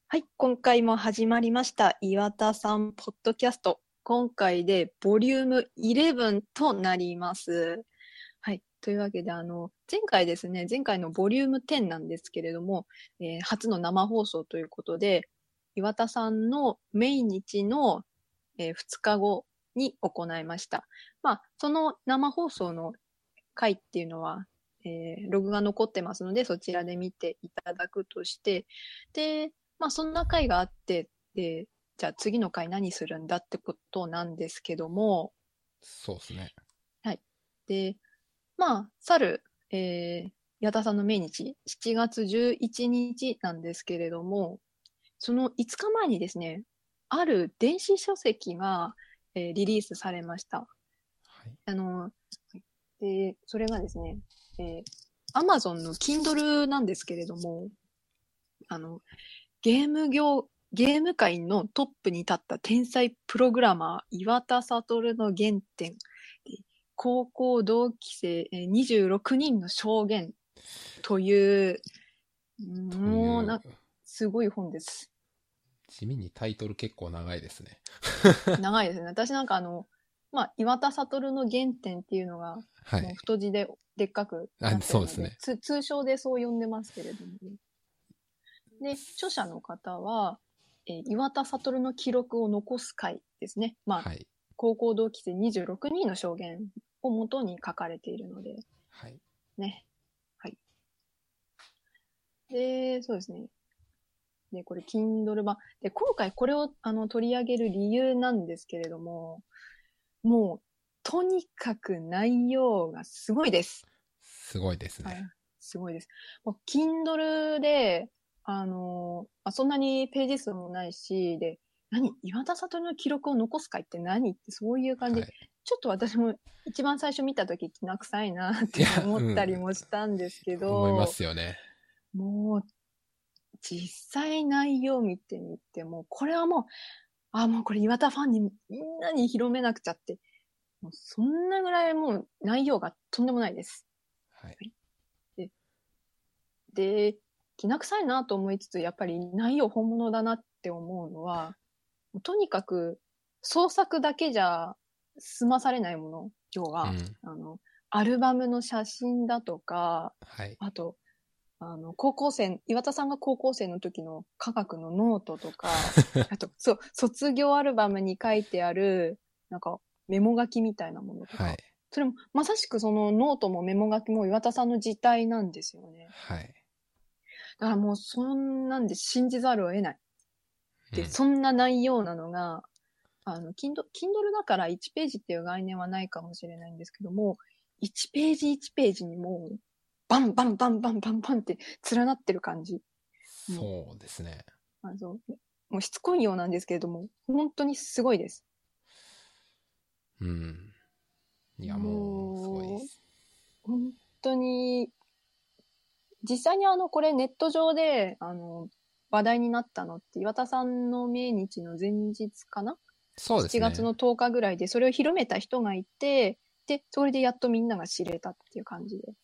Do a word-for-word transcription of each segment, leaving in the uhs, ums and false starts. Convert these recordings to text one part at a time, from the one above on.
はい、今回も始まりました岩田さんポッドキャスト。今回でボリュームじゅういちとなります。はい、というわけであの前回ですね、前回のボリュームじゅうなんですけれども、えー初の生放送ということで、岩田さんの命日の、えーふつかごに行いました。まあ、その生放送の回っていうのは、えーログが残ってますので、そちらで見ていただくとして、で、まあそんな回があって、で、じゃあ次の回何するんだってことなんですけども、 そうですね。 はい。で、まあ、去る、えー、矢田さんの命日、しちがつじゅういちにちなんですけれども、そのいつかまえにですね、ある電子書籍が、えーリリースされました。 はい。 あの、で、それがですね、えー、Amazon の Kindle なんですけれども、あの、ゲーム業、ゲーム界のトップに立った天才プログラマー、岩田悟の原点、高校同期生えーにじゅうろくにんの証言という、 という、 もうな、すごい本です。 地味にタイトル結構長いですね。 長いですね。私なんかあの、まあ、岩田悟の原点っていうのが、 はい。 もう太字ででっかくあ、 なってるので、 そうですね。 つ通称でそう呼んでますけれども、ね。で、著者の方は、えー岩田悟の記録を残す会ですね。まあ、 はい。 高校同期生にじゅうろくにんの証言をもとに書かれているので、 はい。 ね。はい。で、そうですね。で、これ、Kindle 版。で、今回これをあの取り上げる理由なんですけれども、もう、とにかく内容がすごいです。 すごいですはい。 ね。 すごいです。もう Kindle で、あのあ、そんなにページ数もないし、で、何岩田悟の記録を残す会って何ってそういう感じ。 はい。 ちょっと私も一番最初見たとききな臭いなっいや、 て思ったりうん。 もしたんですけ思いまど、 すよね。 もう実際内容見てみても、これはもう、あ、もうこれ岩田ファンにみんなに広めなくちゃって、もうそんなぐらいもう内容がとんでもないです。 はい。 でで、きな臭いなと思いつつ、やっぱり内容本物だなって思うのは、とにかく創作だけじゃ済まされないもの、要は、 うん。 あの、アルバムの写真だとか、 はい。 あと、あの、高校生、岩田さんが高校生の時の科学のノートとか、あと、そう、卒業アルバムに書いてある、なんか、メモ書きみたいなものとか、 はい。 それも、まさしくそのノートもメモ書きも岩田さんの自体なんですよね。 はい。 だからもうそんなんで信じざるを得ない。で、 うん。 そんな内容なのが、あの、Kindle、Kindle だからいちページっていう概念はないかもしれないんですけども、いちページいちページにもう、バンバンバンバンバンバンって連なってる感じ。もう、 そうですね。 あの、もうしつこいようなんですけれども、本当にすごいです。 うん。いや、もう、すごいでもう、 す。 本当に、実際にあの、これネット上で、あの、話題になったのって、岩田さんの命日の前日かな？ そうでしちすね。 月のとおかぐらいで、それを広めた人がいて、で、それでやっとみんなが知れたっていう感じで。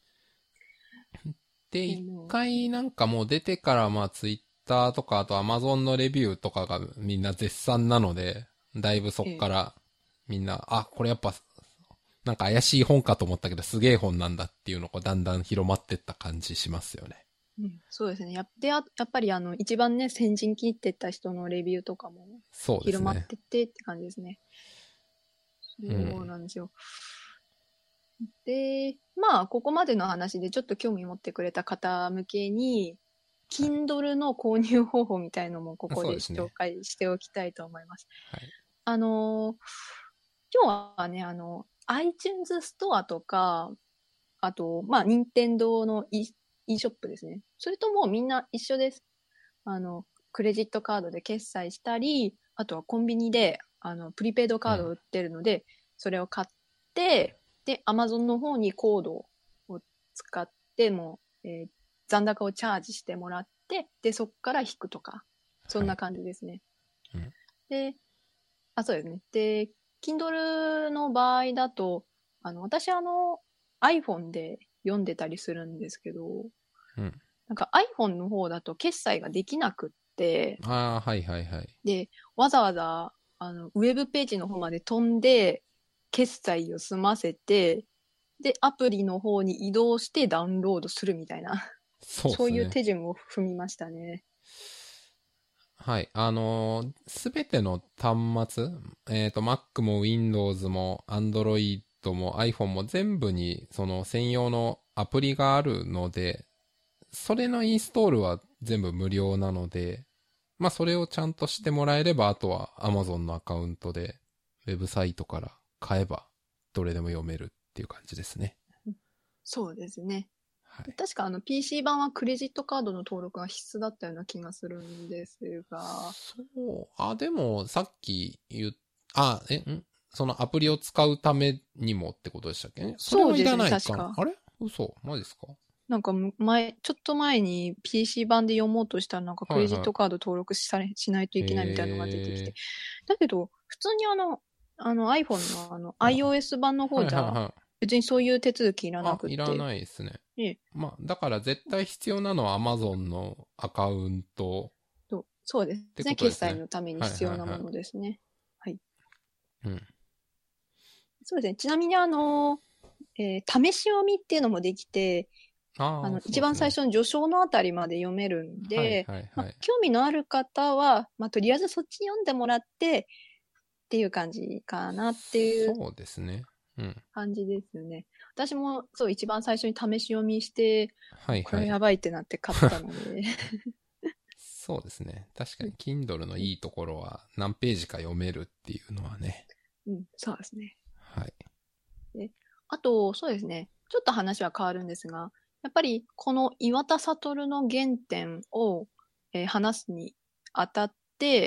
で、一でも回なんかもう出てから、まあ、ツイッターとか、あとアマゾンのレビューとかがみんな絶賛なので、だいぶそええ、 っからみんな、あ、これやっぱ、なんか怪しい本かと思ったけど、すげえ本なんだっていうのがだんだん広まってった感じしますよね。 うん、そうですね。やでややっぱりあの、一番ね、先陣切ってった人のレビューとかもそうですね。 広まってってって感じですね。そううん。 なんですよ。で、まあ、ここまでの話でちょっと興味持ってくれた方向けに、 はい。 Kindle の購入方法みたいのもここでそうですね。 紹介しておきたいと思います。 はい。 あの、今日はね、あの、iTunes ストアとか、あと、まあ、任天堂の e, e ショップですね。それともみんな一緒です。あの、クレジットカードで決済したり、あとはコンビニで、あの、プリペイドうん。 カードを売ってるので、それを買って、で、アマゾンの方にコードを使っても、えー残高をチャージしてもらって、で、そこから引くとか、そんなはい。 感じですね。 うん。 で、あ、そうですね。で、Kindle の場合だと、あの、私あの、iPhone で読んでたりするんですけど、 うん。 なんか iPhone の方だと決済ができなくって、 ああ、はいはいはい。 で、わざわざ、あの、ウェブページの方まで飛んで、決済を済ませて、で、アプリの方に移動してダウンロードするみたいな、そういうそうですね。 手順を踏みましたね。 はい。あのすべての端末、えっと、Mac も Windows も Android も iPhone も全部にその専用のアプリがあるので、それのインストールは全部無料なので、まあそれをちゃんとしてもらえれば、あとは Amazon のアカウントで、ウェブサイトから買えば、どれでも読めるっていう感じですね。 そうですね。 はい。 確かあの ピーシー 版はクレジットカードの登録が必須だったような気がするんですが、 そう、あ、でも、さっき言っ、あ、え、んそのアプリを使うためにもってことでしたっけね。それはいそうですね、 らないかな。 確か。 あれ嘘マジですか？ なんか前、ちょっと前に ピーシー 版で読もうとしたらなんかクレジッはいはトカード登録され、しないとい。 いけないみたいなのが出てきて。 へだけど、普通にあの、あの iPhone のあのー。あ、 iOS 版のはい方じゃはいはい。 別にそういう手続きいらなあ、 くって。 いらないですね。 ええ、 まあ、だから絶対必要なのは Amazon のアカウントとそうでってすね。 ことですね。 決済のためにはい必要なもはいはい。 のですね。はい。 うん。 そうですね。ちなみにあの、えー試し読みっていうのもできて、あああ、 の、 そうですね。 一番最初の序章のあたりまで読めるんはいで、まあ、 はいはい。 興味のある方は、まあ、とりあえずそっち読んでもらってっていう感じかなっていうそうですね。うん。 感じですね。私もそう一番最初に試し読みして、これはやはいはい。 ばいってなって買ったので。 そうですね。確かに Kindle のいいところは何ページか読めるっていうのはね。 うん、そうですね。 はい。 で、あと、そうですね。ちょっと話は変わるんですが、やっぱりこの岩田悟の原点を、えー話すにあたって、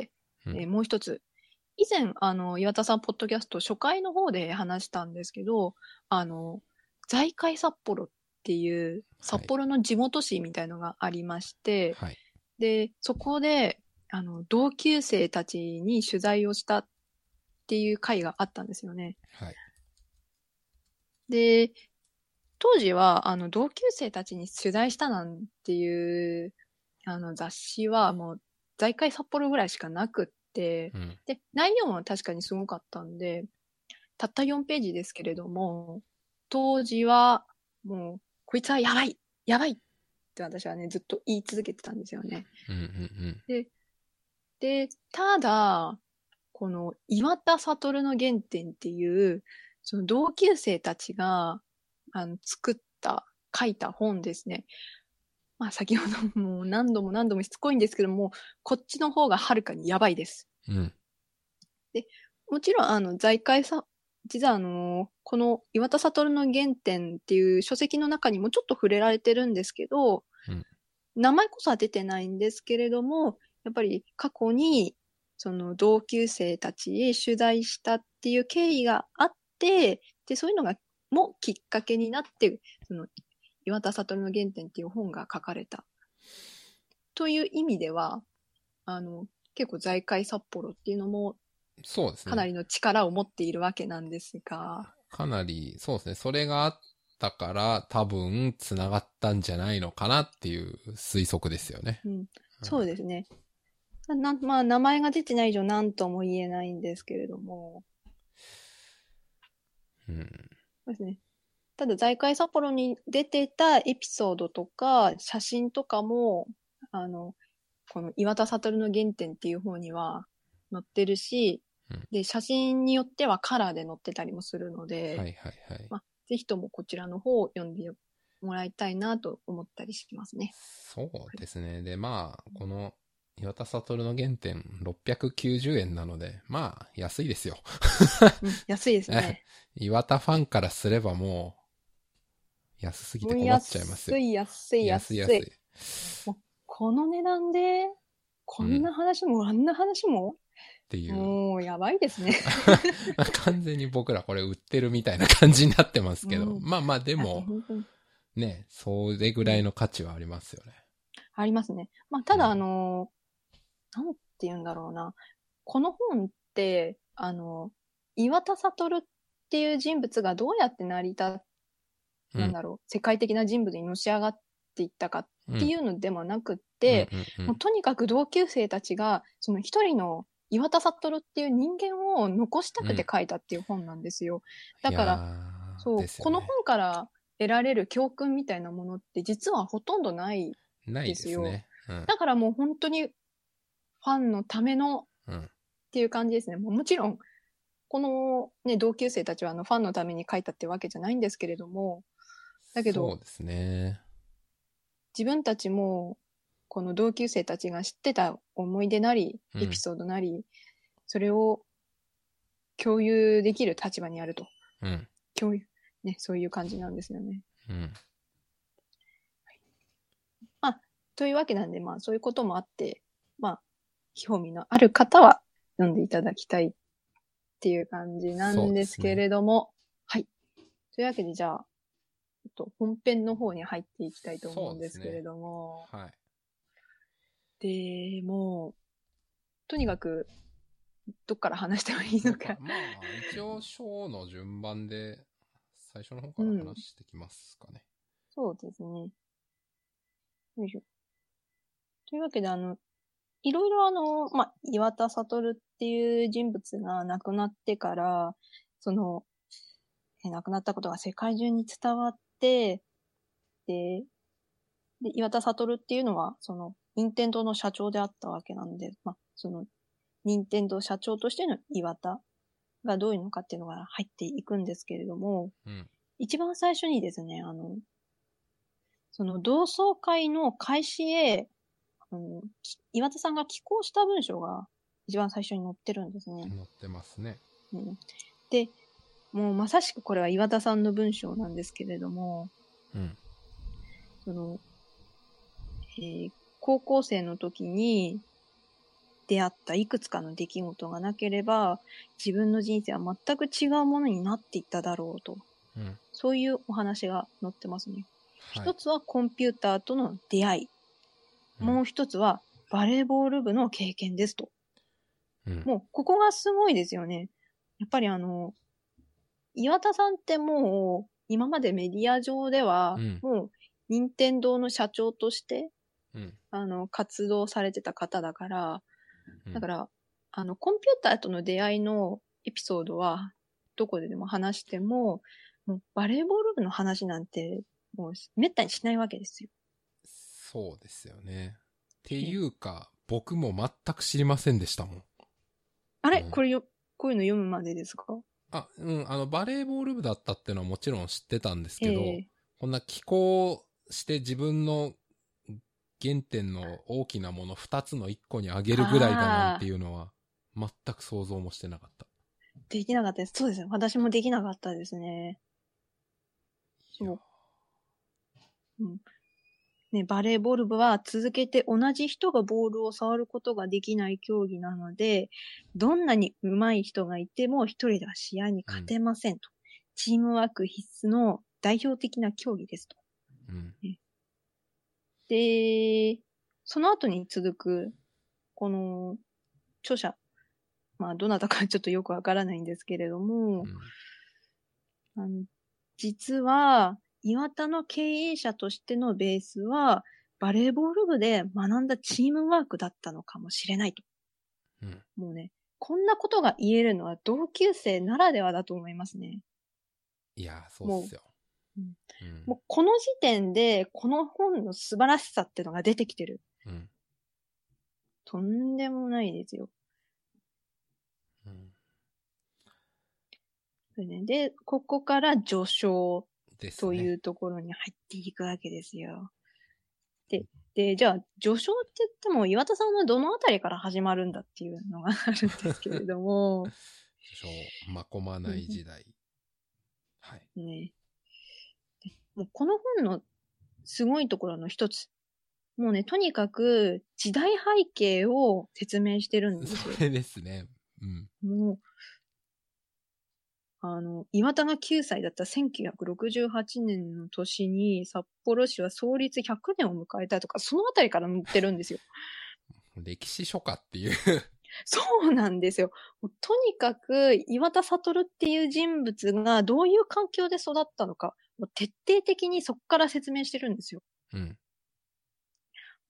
うん。 えーもう一つ、以前、あの、岩田さん、ポッドキャスト初回の方で話したんですけど、あの、財界札幌っていうはい。 札幌の地元紙みたいのがありまして、 はい。 で、そこで、あの、同級生たちに取材をしたっていう回があったんですよね。 はい。 で、当時は、あの、同級生たちに取材したなんていう、あの、雑誌はもう、財界札幌ぐらいしかなくって、 うん。 で、内容は確かにすごかったんで、たったよんページですけれども、当時は、もう、こいつはやばいやばいって私はね、ずっと言い続けてたんですよね。 うんうんで、で、ただ、この岩田悟の原点っていう、その同級生たちが、あの、作った、書いた本ですね。まあ先ほどもう何度も何度もしつこいんですけども、こっちの方がはるかにやばいです。 うん。うん。 で、もちろん、あの、財界さ、実はあの、この岩田悟の原点っていう書籍の中にもちょっと触れられてるんですけど、 うん。 名前こそは出てないんですけれども、やっぱり過去に、その同級生たちへ取材したっていう経緯があって、で、そういうのが、もきっかけになって、その、岩田悟の原点っていう本が書かれた。という意味では、あの、結構財界札幌っていうのもそうですね。 かなりの力を持っているわけなんですが、 かなり、そうですね。それがあったから多分繋がったんじゃないのかなっていう推測ですよね。 うん、そうですね。なまあ、名前が出てない以上何とも言えないんですけれども、 うん。 そうですね。ただ、財界札幌に出てたエピソードとか、写真とかも、あの、この岩田悟の原点っていう方には載ってるし、 うん。 で、写真によってはカラーで載ってたりもするので、 はいはいはい。 まあ、ぜひともこちらの方を読んでもらいたいなと思ったりしますね。 そうですね。で、まあ、この岩田悟の原点ろっぴゃくきゅうじゅうえんなので、まあ、安いですよ。 うん、安いですね。 岩田ファンからすればもう、安すぎもうて困っちゃいますよ。 安い、安い、安い。 安い安い。 もうこの値段で、こんな話も、あんな話も、 っていう。 もう、やばいですね。 完全に僕らこれ売ってるみたいな感じになってますけど。 うん、 まあまあでも、 本当にね、それぐらいの価値はありますよね。 ありますね。まあ、ただ、 うんあの、なんて言うんだろうな。この本って、あの、岩田悟っていう人物がどうやって成り立っ、 うん。 なんだろう、世界的な人物にのし上がっていったかっっていうのでもなくって、 うんうんうん、 もうとにかく同級生たちが、その一人の岩田悟っていう人間を残したくて書いたっていう本なんですよ。うん、だから、そう、ね、この本から得られる教訓みたいなものって実はほとんどないですよ。ないですね。うん、だからもう本当にファンのためのっていう感じですね。もうもちろん、この、ね、同級生たちはあのファンのために書いたってわけじゃないんですけれども、だけど、 そうですね。 自分たちも、この同級生たちが知ってた思い出なり、エピソードなり、うん、それを共有できる立場にあると。うん、共有、ね、そういう感じなんですよね。うん。はい、まあ、というわけなんで、まあ、そういうこともあって、まあ、興味のある方は読んでいただきたいっていう感じなんですけれども、ね、はい。というわけで、じゃあ、ちょっと本編の方に入っていきたいと思うんですけれども、ね、はい。で、もう、とにかく、どっから話してもいいのか。 まあ、一応、章の順番で、最初の方から話してきますかね。 うん、そうですね。よいしょ。というわけで、あの、いろいろあの、まあ、岩田悟っていう人物が亡くなってから、その、え亡くなったことが世界中に伝わって、で、で岩田悟っていうのは、その、任天堂の社長であったわけなんで、まあ、その、任天堂社長としての岩田がどういうのかっていうのが入っていくんですけれども、うん、一番最初にですね、あの、その同窓会の開始へ、あの、岩田さんが寄稿した文章が一番最初に載ってるんですね。 載ってますね。 うん、で、もうまさしくこれは岩田さんの文章なんですけれども、うん、その、えー、高校生の時に出会ったいくつかの出来事がなければ、自分の人生は全く違うものになっていっただろうと。うん、そういうお話が載ってますね。はい、一つはコンピューターとの出会い。うん、もう一つはバレーボール部の経験ですと。うん、もうここがすごいですよね。やっぱりあの、岩田さんってもう今までメディア上では、もう任天堂の社長として、うん、あの活動されてた方だから、うん、だからあのコンピューターとの出会いのエピソードはどこででも話しても、もうバレーボール部の話なんてもうめったにしないわけですよ。 そうですよね。っていうか、僕も全く知りませんでしたもん。 あれ、うん、これよ、こういうの読むまでですか？ あ、うん、あの、バレーボール部だったっていうのはもちろん知ってたんですけど、こんな寄稿して自分の原点の大きなもの二つの一個にあげるぐらいだなんていうのは、全く想像もしてなかった。 できなかったです。そうですね。私もできなかったですね。そう。うん。ね、バレーボール部は続けて同じ人がボールを触ることができない競技なので、どんなに上手い人がいても一人では試合に勝てませんと。うん、チームワーク必須の代表的な競技ですと。うんね、で、その後に続く、この著者、まあどなたかちょっとよくわからないんですけれども、うん、あの実は岩田の経営者としてのベースはバレーボール部で学んだチームワークだったのかもしれないと。うん、もうね、こんなことが言えるのは同級生ならではだと思いますね。 いや、そうっすよ。 もう、うんうん、もうこの時点でこの本の素晴らしさっていうのが出てきてる。うん、とんでもないですよ。うんで、ここから序章というところに入っていくわけですよ。で、で、じゃあ、序章って言っても、岩田さんはどのあたりから始まるんだっていうのがあるんですけれども。 序章、まこまない時代。はい。 ね。もうこの本のすごいところの一つ。もうね、とにかく時代背景を説明してるんですよ。 それですね。うん。 もう、あの、岩田がきゅうさいだったせんきゅうひゃくろくじゅうはちねんの年に札幌市は創立ひゃくねんを迎えたとか、そのあたりから載ってるんですよ。 歴史書家っていうそうなんですよ。とにかく岩田悟っていう人物がどういう環境で育ったのか、もう徹底的にそこから説明してるんですよ。うん。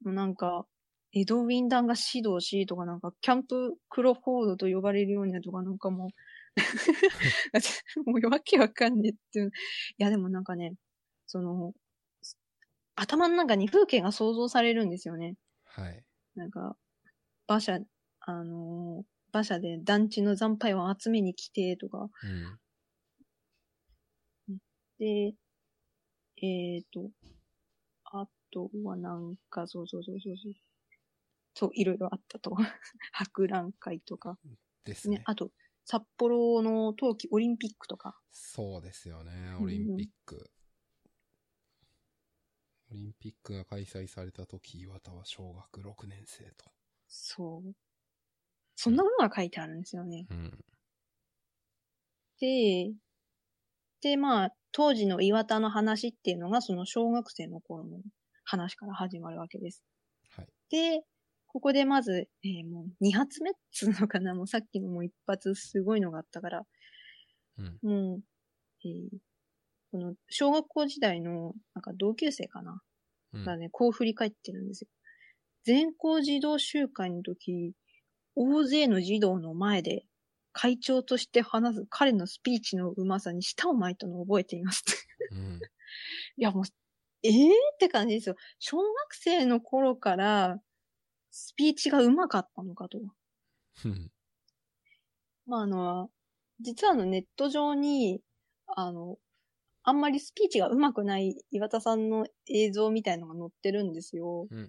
もうなんか、エドウィン団が指導しとか、なんか、キャンプクロフォードと呼ばれるようになとか、なんかもう、もうわけわかんねえっていう。いや、でもなんかね、その、頭の中に風景が想像されるんですよね。 はい。 なんか、馬車、あのー馬車で団地の惨敗を集めに来てとか。 うん。 で、えっと、あとはなんか、そうそうそうそうそう。そう、いろいろあったと。博覧会とか。ね、 ですね。 あと、札幌の冬季オリンピックとか。 そうですよね。 うんオリンうん、 ピック。オリンピックが開催された時、岩田は小学ろくねん生と。 そう。そんなものが書いてあるんですよね。 うん。 で、で、まあ、当時の岩田の話っていうのが、その小学生の頃の話から始まるわけです。 はい。 で、ここでまず、えー、もうに発目っつうのかな、もうさっきのもう一発すごいのがあったから、 うん。 もう、えー、この小学校時代のなんか同級生かな、 うん、 がね、こう振り返ってるんですよ。全校児童集会の時、大勢の児童の前で会長として話す彼のスピーチのうまさに舌を巻いたのを覚えています。 うん。 いやもう、えーって感じですよ。小学生の頃からスピーチがうまかったのかと。 うん。 まああの、実はあのネット上に、あの、あんまりスピーチがうまくない岩田さんの映像みたいのが載ってるんですよ。 うん。うん。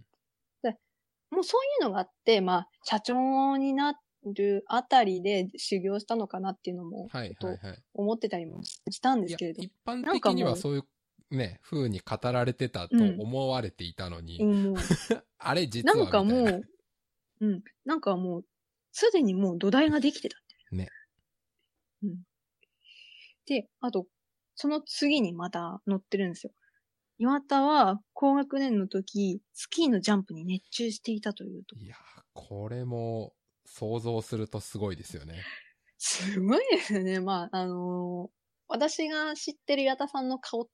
でもうそういうのがあって、まあ、社長になるあたりで修行したのかなっていうのも、 はいちょっとはいはい。 思ってたりもしたんでいや、 すけれど。 一般なんか的にはもそういうね、風に語られてたう、 とうん、 思われていたのに、 うん、もう、 あれ実なんはみたいな。 かもう、うん、なんかもう、すでにもう土台ができてた。 ね。 うん。で、あと、その次にまた載ってるんですよ。岩田は高学年の時、スキーのジャンプに熱中していたというと。 いや、これも想像するとすごいですよね。 すごいですよね。まあ、あのー私が知ってる岩田さんの顔って、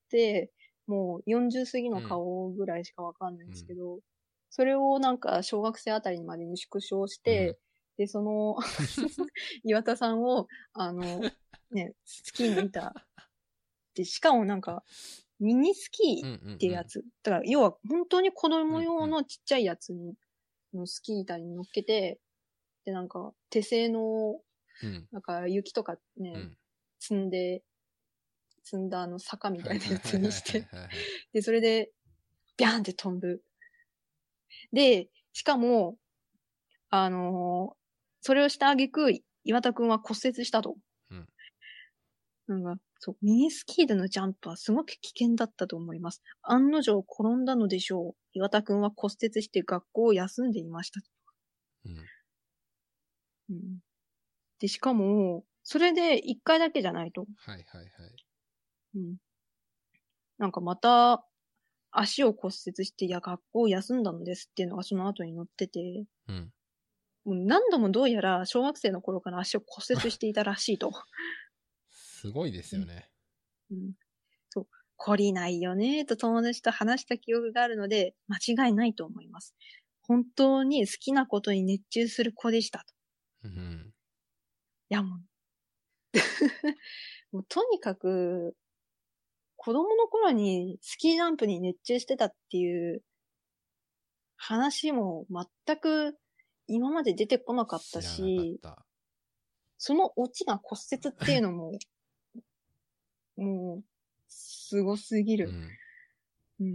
もうよんじゅう過ぎのうん。 顔ぐらいしかわかんないんうん。 ですけど、それをなんか小学生あたりまでに縮小しうん。 て、で、その岩田さんを、あの、ね、スキーの板で、しかもなんか、ミニスキーうん。うっていうやん。 つ。だから、要は本当に子供うん。うん。 用のちっちゃいやつのスキー板に乗っけて、で、なんか、手製のうん。 なんか雪とかね、 うん。 積んで、積んだあの坂みはいたいなやつはいはいはいにして、 はいはい。 で、それで、ビャーンって飛ぶ。で、しかも、あのーそれをした挙句、岩田くんは骨折したと。 うん。 なんか、そう、ミニスキーでのジャンプはすごく危険だったと思います。案の定転んだのでしょう。岩田くんは骨折して学校を休んでいました。 うん。 うん、で、しかも、それで一回だけじゃないと。 はいはいはい。 うん、なんかまた、足を骨折して、いや、学校を休んだのですっていうのがその後に載ってて、 うん。 もう何度もどうやら小学生の頃から足を骨折していたらしいと。 すごいですよね。 うん、そう。懲りないよね、と友達と話した記憶があるので、間違いないと思います。本当に好きなことに熱中する子でしたと。 うん。 いやもう、もうとにかく、子供の頃にスキージャンプに熱中してたっていう話も全く今まで出てこなかった知らなかっし、 た。 そのオチが骨折っていうのも、もう、すごすぎる。 うん。 うん。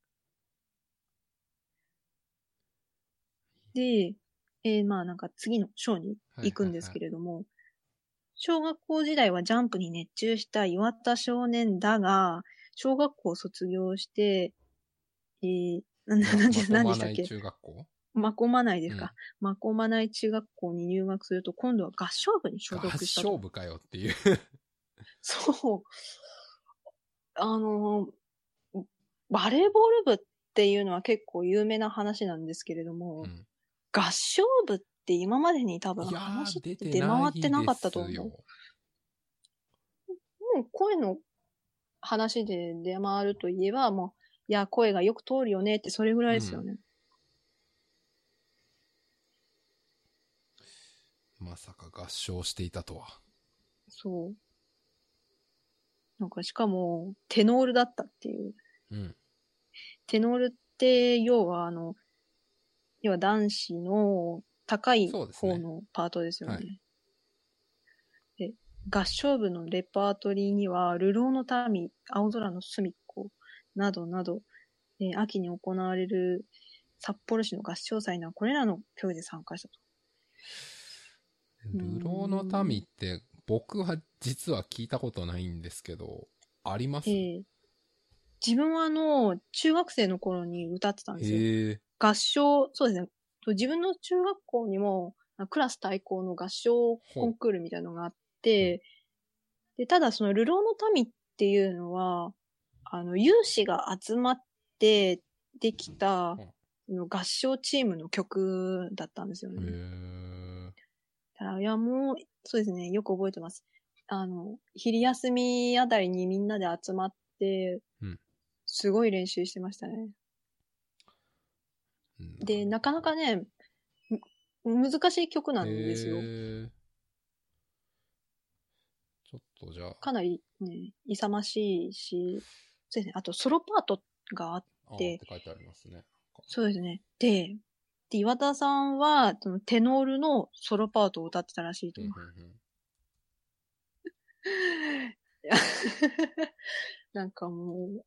で、えーまあなんか次の章にはい行くんですはいはい。 けれども、小学校時代はジャンプに熱中した岩田少年だが、小学校を卒業して、えー、な、な、 ま、 なんで、 まこなんでしたっけ？ まない中学校。 まこまないでうん。 すか。まこまない中学校に入学すると、今度は合唱部に所合属したと。 唱部かよっていう。 そう。あの、バレーボール部っていうのは結構有名な話なんですけれども、 うん。 合唱部って今までに多分いやー、 話って出て出回ってないでなかったと思う。 すよ。 もう声の話で出回るといえば、もうや声がよく通るよねって、それぐらいですようん。 ね。 まさか合唱していたとは。 そう。なんかしかも、テノールだったっていう。 うん。 テノールって、要はあの、要は男子の高いそうですね。 方のパートですよはい。 ね。で、合唱部のレパートリーには、流浪の民、青空の隅っこ、などなど、えー秋に行われる札幌市の合唱祭にはこれらの競技で参加したと。うー流浪のん。 民って僕は実は聞いたことないんですけど、あります？ えー自分はあの、中学生の頃に歌ってたんですよ。 へえ。 合唱、そうですね。自分の中学校にも、クラス対抗の合唱コほンクールみたいなのがあっう。ほて、で、ただその流浪の民っていうのは、あの、有志が集まってできた、 う。 合唱チームの曲だったんですよへね。 え。 ただいや、もう、そうですね。よく覚えてます。あの、昼休みあたりにみんなで集まって、 うん。 すごい練習してましたね。で、なかなかね、む難しい曲なんですよ。 へえ。ちょっとじゃあ、 かなりね、勇ましいし、そうですね。あと、ソロパートがあっあーってて、 書いてありますね。 そうですね。で、で岩田さんは、そのテノールのソロパートを歌ってたらしいと。 うんうんうん。 いやなんかもう、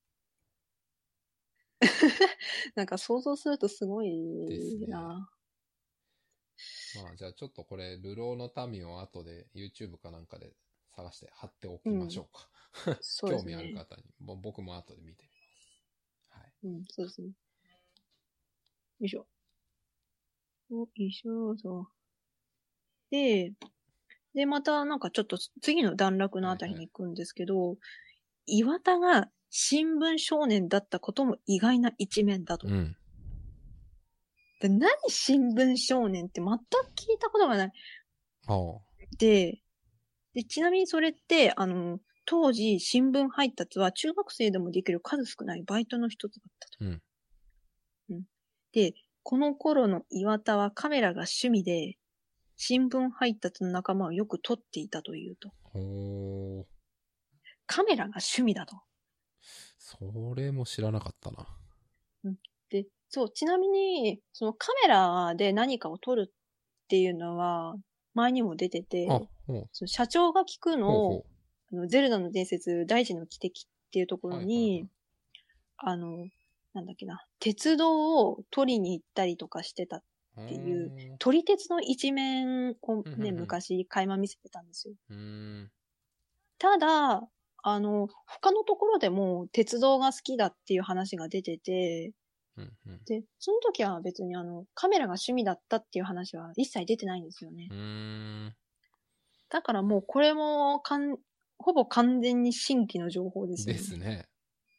なんか想像するとすごいですね。 な。 まあじゃあちょっとこれ、流浪の民を後で YouTube かなんかで探して貼っておきましょうか。 そうで興味あるすね。 方に。ぼ僕も後で見てみます。はい。 うん、そうですね。よいしょ。よいしょ、そう。で、で、またなんかちょっと次の段落のあたりはいはい。 に行くんですけど、岩田が新聞少年だったことも意外な一面だと。 うん。 で何新聞少年って全く聞いたことがない。 ああ。 で、で、ちなみにそれって、あの、当時新聞配達は中学生でもできる数少ないバイトの一つだったと。 うん。 うん、で、この頃の岩田はカメラが趣味で、新聞配達の仲間をよく撮っていたというと。 ほー。 カメラが趣味だと。 それも知らなかったな。 うん、で、そう、ちなみに、そのカメラで何かを撮るっていうのは、前にも出てあ、 て、 ほう。 その社長が聞くのを、 ほうほあのゼルダの伝説、大地の汽笛っていうとこう。 ろはいはいはい。 に、あの、なんだっけな、鉄道を取りに行ったりとかしてたっていう、 う撮り鉄の一面をね、 ーん。 昔、垣間見せてたんですよ。 うーん。 ただ、あの、他のところでも鉄道が好きだっていう話が出てて、 うんうん。 で、その時は別にあの、カメラが趣味だったっていう話は一切出てないんですよね。 うーん。 だからもうこれもかん、ほぼ完全に新規の情報ですよね。 ですね。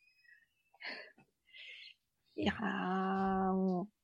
いやー、もう、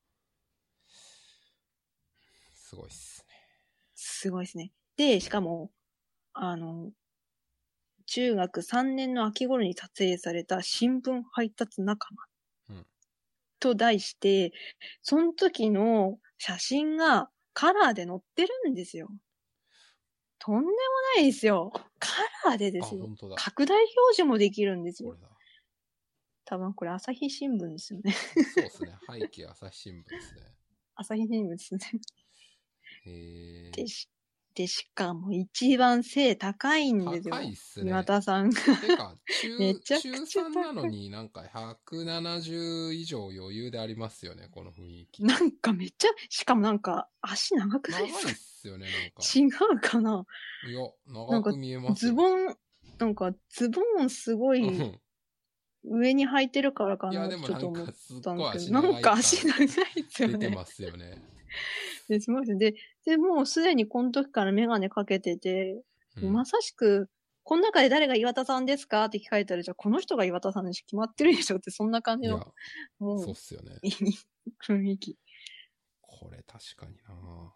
すごいっすね。 すごいですね。で、しかも、あの、中学さんねんの秋頃に撮影された新聞配達仲間うん。 と題して、その時の写真がカラーで載ってるんですよ。とんでもないですよ。カラーでであ、 すよ。 本当だ。 拡大表示もできるんですよ。 これだ。 多分これ朝日新聞ですよね。 そうっすね。背景朝日新聞ですね。 朝日新聞ですね。 へえ。 でし、で、しかも一番背高いんですよ。 高いっす岩ね。 田さんが。 てか、中、 めちゃく中ちゃさんなの高い。 になんかひゃくななじゅう以上余裕でありますよね、この雰囲気。 なんかめっちゃ、しかもなんか足長くないで長いっすか？ すよね、なんか。 違うかな？ いや、 なんか長く見えますよ。 ズボン、なんかズボンすごいうん。 上に履いてるからかいや、 なってでもなんちょっと思っかすったんですけど、 ごい足なんか長い感足長いですよね。 出てますよね。 で、すごいですで、で、もうすでにこの時からメガネかけてて、 うん。 まさしく、この中で誰が岩田さんですかって聞かれたら、じゃあこの人が岩田さんでし決まってるでしょって、そんな感じいや、 の、もう、 そうっすよね。 いい雰囲気。 これ確かにな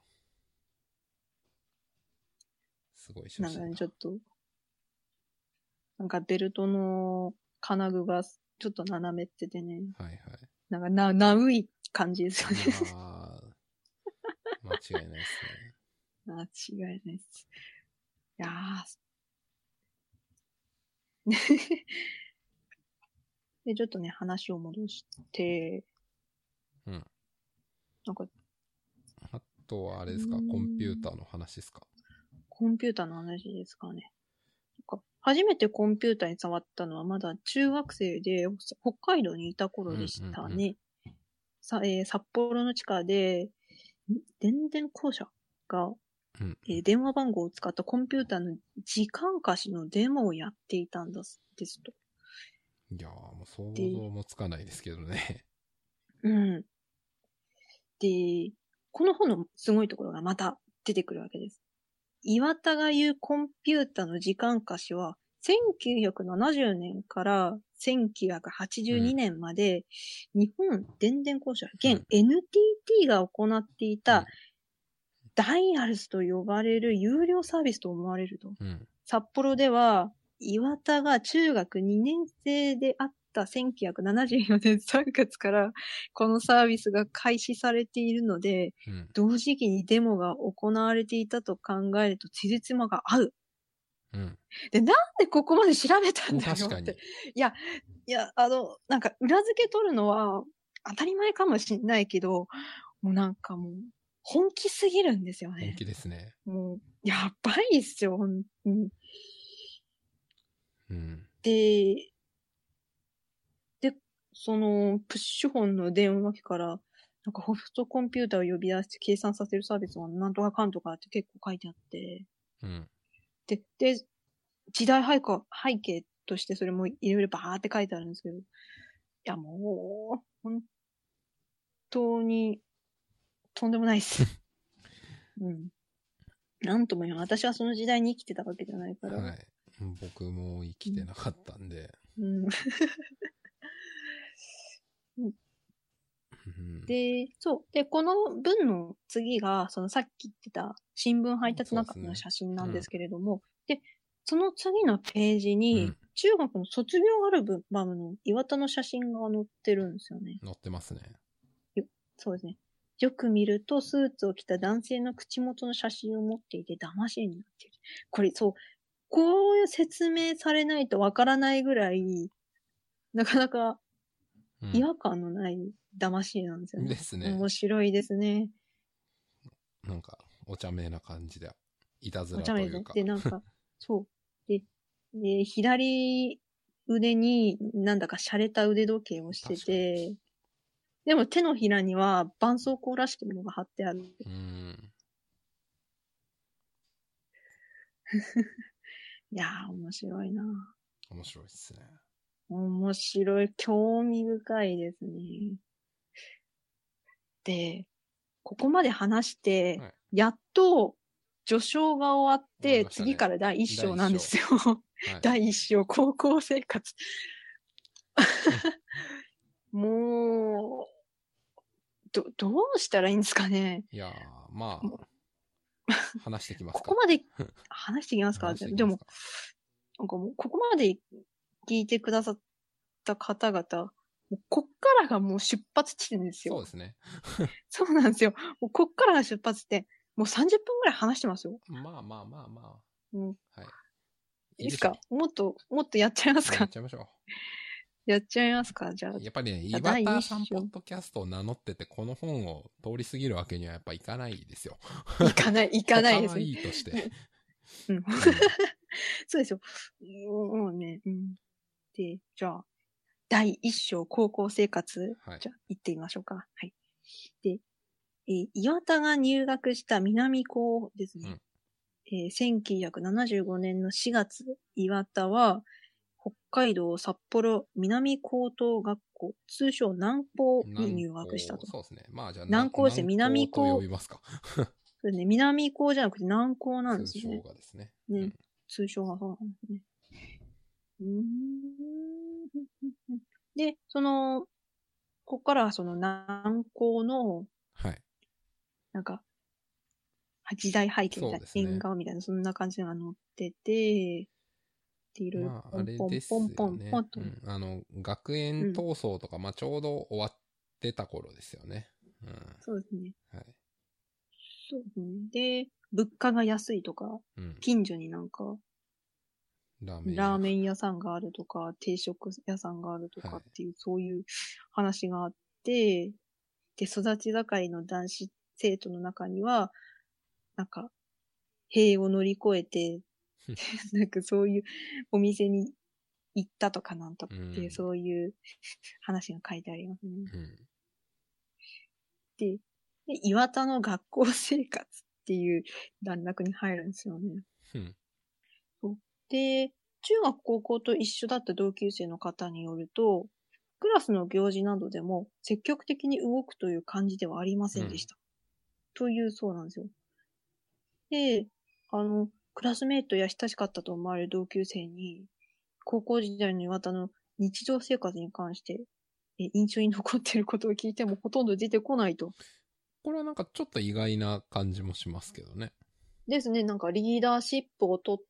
すごい写なんかね、 真だ。 ちょっと、なんかベルトの金具がちょっと斜めっててね。 はいはい。 なんかな、なうい感じですよね。 ああ、間違いないですね。 間違いないです。いやー。で、ちょっとね、話を戻して、 うん。 なんか、 あとはあれうーですか、コンピューんターの話ですか。 コンピューターの話ですかね。なんか初めてコンピューターに触ったのはまだ中学生で北海道にいた頃でしたうんうんね。さえー札幌の地下で、電電公社が、 うん。うん。 えー電話番号を使ったコンピューターの時間貸しのデモをやっていたんですですと。 いやー、もう想で、 像もつかないですけどね。 うん。で、この本のすごいところがまた出てくるわけです。岩田が言うコンピュータの時間貸しは、せんきゅうひゃくななじゅうねんからせんきゅうひゃくはちじゅうにねんまで、日本電電公社、現 エヌティーティー が行っていた、ダイヤルスと呼ばれる有料サービスと思われると。 うん。 札幌では、岩田が中学にねん生であったせんきゅうひゃくななじゅうよねんさんがつから、このサービスが開始されているので、 うん。 同時期にデモが行われていたと考えると、辻褄が合う。 うん。 で、なんでここまで調べたんだよって。 確かに。 いや、いや、あの、なんか裏付け取るのは当たり前かもしんないけど、もうなんかもう、本気すぎるんですよね。 本気ですね。 もう、やばいっすよ、本当に。 うん。 で、で、その、プッシュ本の電話機から、なんかソフトコンピューターを呼び出して計算させるサービスがなんとかかんとかって結構書いてあって、 うん。 で、で、時代背景背景としてそれもいろいろバーって書いてあるんですけど、いやもう、本当に、とんでもないっす。うん。なんとも言う。私はその時代に生きてたわけじゃないから。 はい。僕も生きてなかったんで。 うん。 うん、 で、そう。で、この文の次が、そのさっき言ってた新聞配達仲間の写真なんですけれども、で、ねうん、で、その次のページに、中学の卒業アルバムの岩田の写真が載ってるんですよね。 載ってますね。 そうですね。よく見ると、スーツを着た男性の口元の写真を持っていて、騙し絵になっている。これ、そう、こういう説明されないとわからないぐらい、なかなか違和感のない騙し絵なんですよね。 ですね。 面白いですね。 なんか、お茶目な感じで、いたずおら茶目ですね。 というか。 で、なんか、そう。で、で、左腕になんだか洒落た腕時計をしてて、でも手のひらには絆創膏らしきものが貼ってある。 うーん。 いやー、面白いな。 面白いっすね。 面白い。興味深いですね。で、ここまで話して、はい、やっと序章が終わって、ね、次から第一章なんですよ。はい、第一章、高校生活。もう、ど、どうしたらいいんですかね。 いやー、まあ、話してきますか。 ここまで話してきますかでも、なんかもう、ここまで聞いてくださった方々、もうこっからがもう出発地点ですよ。 そうですね。 そうなんですよ。もうこっからが出発点。もうさんじゅっぷんぐらい話してますよ。 まあまあまあまあ。 うん。 はい。 いいですか？もっと、もっとやっちゃいますか？ やっちゃいましょう。 やっちゃいますか？じゃあ。 やっぱりね、岩田さんポッドキャストを名乗ってて、この本を通り過ぎるわけにはやっぱいかないですよ。 いかない、いかないです、ね。 いいとして。 うん。うん、そうですよ。もうね、うん。で、じゃあ、第一章高校生活、はい、じゃあ行ってみましょうか。はい。で、えー、岩田が入学した南高ですね。うんえー、せんきゅうひゃくななじゅうごねんのしがつ、岩田は、北海道札幌南高等学校、通称南高に入学したと。 そうですね。まあじゃあ南高ですね。南高。 と呼びますか。 そうですね。南高じゃなくて南高なんですね。 通称がですね。 ね。うん、通称がそうなんですね。うーんで、その、ここからはその南高の、 はい。 なんか、時代背景みたいな、ね、縁側みたいな、そんな感じが載ってて、 ている。 まあ、 ポンポンあれですポンポンよね。 ポンと。 うん。あの、学園闘争とか、まあ、ちょうど終わってた頃ですよね。うん。 そうですね。 はい。 そうですね。で、物価が安いとか、 うん。 近所になんか、 ラーメン屋。 ラーメン屋さんがあるとか、定食屋さんがあるとかはいっていう、そういう話があって、で、育ち盛りの男子生徒の中には、なんか、塀を乗り越えて、なんかそういうお店に行ったとかなんとかっていう、 うん。 そういう話が書いてありますね。 うん。 で、で岩田の学校生活っていう段落に入るんですよね。 うん。 そうで、中学高校と一緒だった同級生の方によると、クラスの行事などでも積極的に動くという感じではありませんでした。というそうなんですよ。で、あの、クラスメイトや親しかったと思われる同級生に、高校時代の岩田の日常生活に関して、え印象に残っていることを聞いてもほとんど出てこないと。 これはなんかちょっと意外な感じもしますけどね。 ですね、なんかリーダーシップを取って、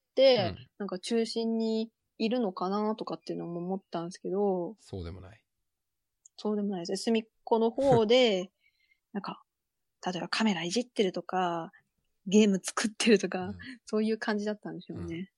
うん。 なんか中心にいるのかなとかっていうのも思ったんですけど、 そうでもない。 そうでもないですね。隅っこの方で、なんか、例えばカメラいじってるとか、ゲーム作ってるとか、 うん。 そういう感じだったんでしょううん。 ね。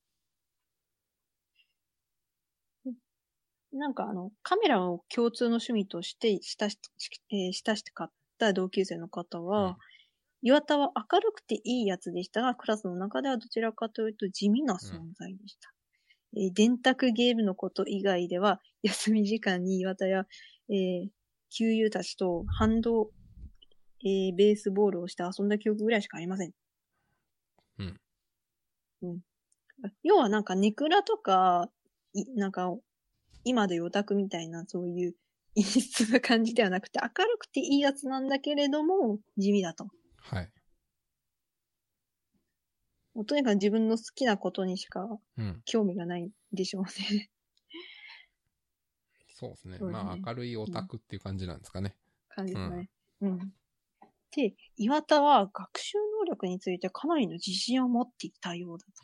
なんかあの、カメラを共通の趣味として親し,、えー親しかった同級生の方は、 うん岩田は明るくていいやつでしたが、クラスの中ではどちらかというと地味な存在でした。えー電卓ゲームのこと以外では、休み時間に岩田や、えー、旧友たちとハンド、えーベースボールをして遊んだ記憶ぐらいしかありません。 うん。 うん、要はなんかネクラとか、いなんか今でいうオタクみたいなそういう陰湿な感じではなくて、明るくていいやつなんだけれども、地味だと。 はい。 もうとにかく自分の好きなことにしかうん。 興味がないんでしょうね。 そうですね。 そうですね。 まあ、明るいオうん、 タクっていう感じなんですかね。 感じうん。 ですね。うん。で、岩田は学習能力についてかなりの自信を持っていたようだと。 うん。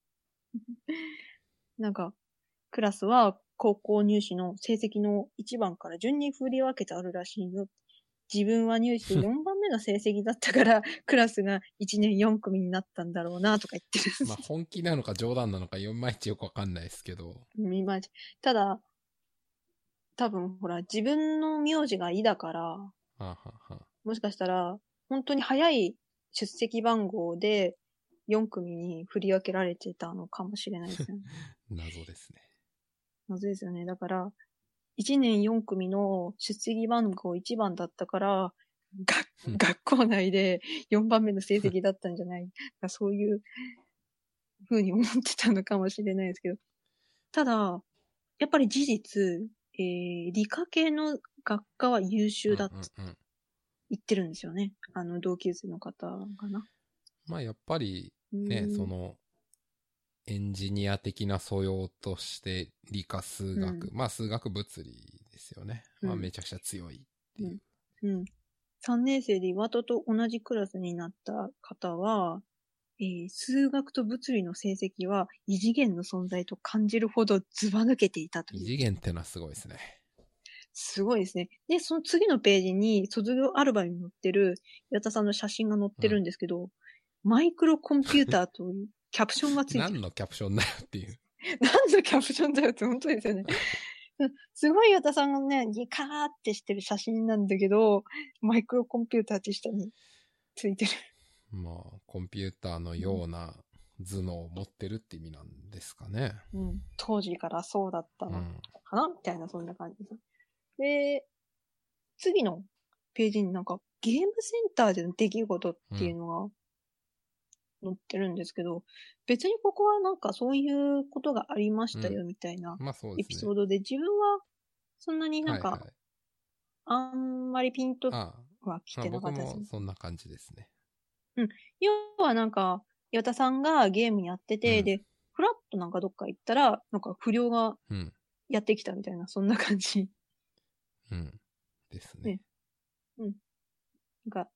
なんか、クラスは高校入試の成績のいちばんから順に振り分けてあるらしいよ。自分は入試でよんばんめの成績だったから、クラスがいちねんよん組になったんだろうな、とか言ってる。 まあ、本気なのか冗談なのか、いまいちよくわかんないですけど。 いまいちただ、多分ほら、自分の名字がいだから、 はあ、はあはあ、 もしかしたら、本当に早い出席番号でよん組に振り分けられてたのかもしれないですよね。 謎ですね。 謎ですよね。だから、いちねんよん組の出席番号いちばんだったから、学校内でよんばんめの成績だったんじゃないか、そういう風に思ってたのかもしれないですけど。ただ、やっぱり事実、えー、理科系の学科は優秀だってうんうんうん。 言ってるんですよね。あの、同級生の方かな。 まあ、やっぱり、 うね、 ーん。 その、エンジニア的な素養として理科数学、 うん。 まあ数学物理ですよね。まあうん。 めちゃくちゃ強いっていう。 うん。うん。さんねん生で岩戸と同じクラスになった方は、えー数学と物理の成績は異次元の存在と感じるほどずば抜けていたという。 異次元ってのはすごいですね。 すごいですね。で、その次のページに卒業アルバムに載ってる岩田さんの写真が載ってるんですけど、マイクロコンピューターというキャプションがついてる。 何のキャプションだよっていう。 何のキャプションだよって本当ですよね。すごい岩田さんがね、ギカーってしてる写真なんだけど、マイクロコンピューターって下についてる。 まあ、コンピューターのような頭脳を持ってるって意味なんですかね。 うん。当時からそうだったのうん。 かな、みたいな、そんな感じです。で、次のページになんかゲームセンターでの出来事っていうのが載ってるんですけど、別にここはなんかそういうことがありましたよみたいなまあそうエですね。 ピソードで、自分はそんなになんかはいはい。 あんまりピンとああ、まあは来てなか僕ったですね。 もそんな感じですね。 うん。要はなんか、岩田さんがゲームやってて、 うん。 で、フラッとなんかどっか行ったら、なんか不良がうん。 やってきたみたいな、そんな感じ。 うん。ですね。 ね。うん。なんか、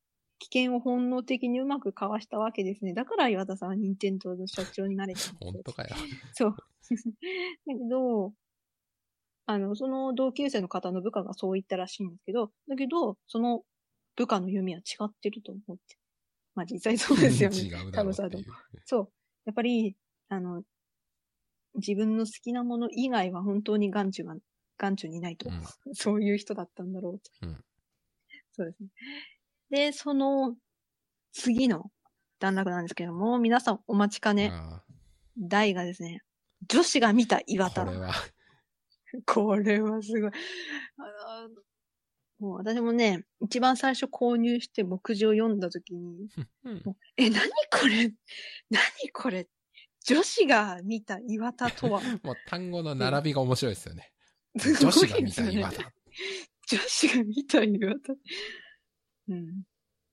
危険を本能的にうまくかわしたわけですね。だから岩田さんは任天堂の社長になれたんですよ。 本当かよ。 そう。だけど、あの、その同級生の方の部下がそう言ったらしいんですけど、だけど、その部下の読みは違ってると思って。まあ実際そうですよね。 違うだろうっていう。 そう。やっぱり、あの、自分の好きなもの以外は本当に眼中が、眼中にないと。うん、そういう人だったんだろうと。うん、そうですね。で、その次の段落なんですけども、皆さんお待ちかね。題がですね、女子が見た岩田。 これは。 これはすごい。あのもう私もね、一番最初購入して目次を読んだときに、もうえ、何これ何これ女子が見た岩田とは。 もう単語の並びが面白いですよね。女子が見た岩田。 女子が見た岩田。うん。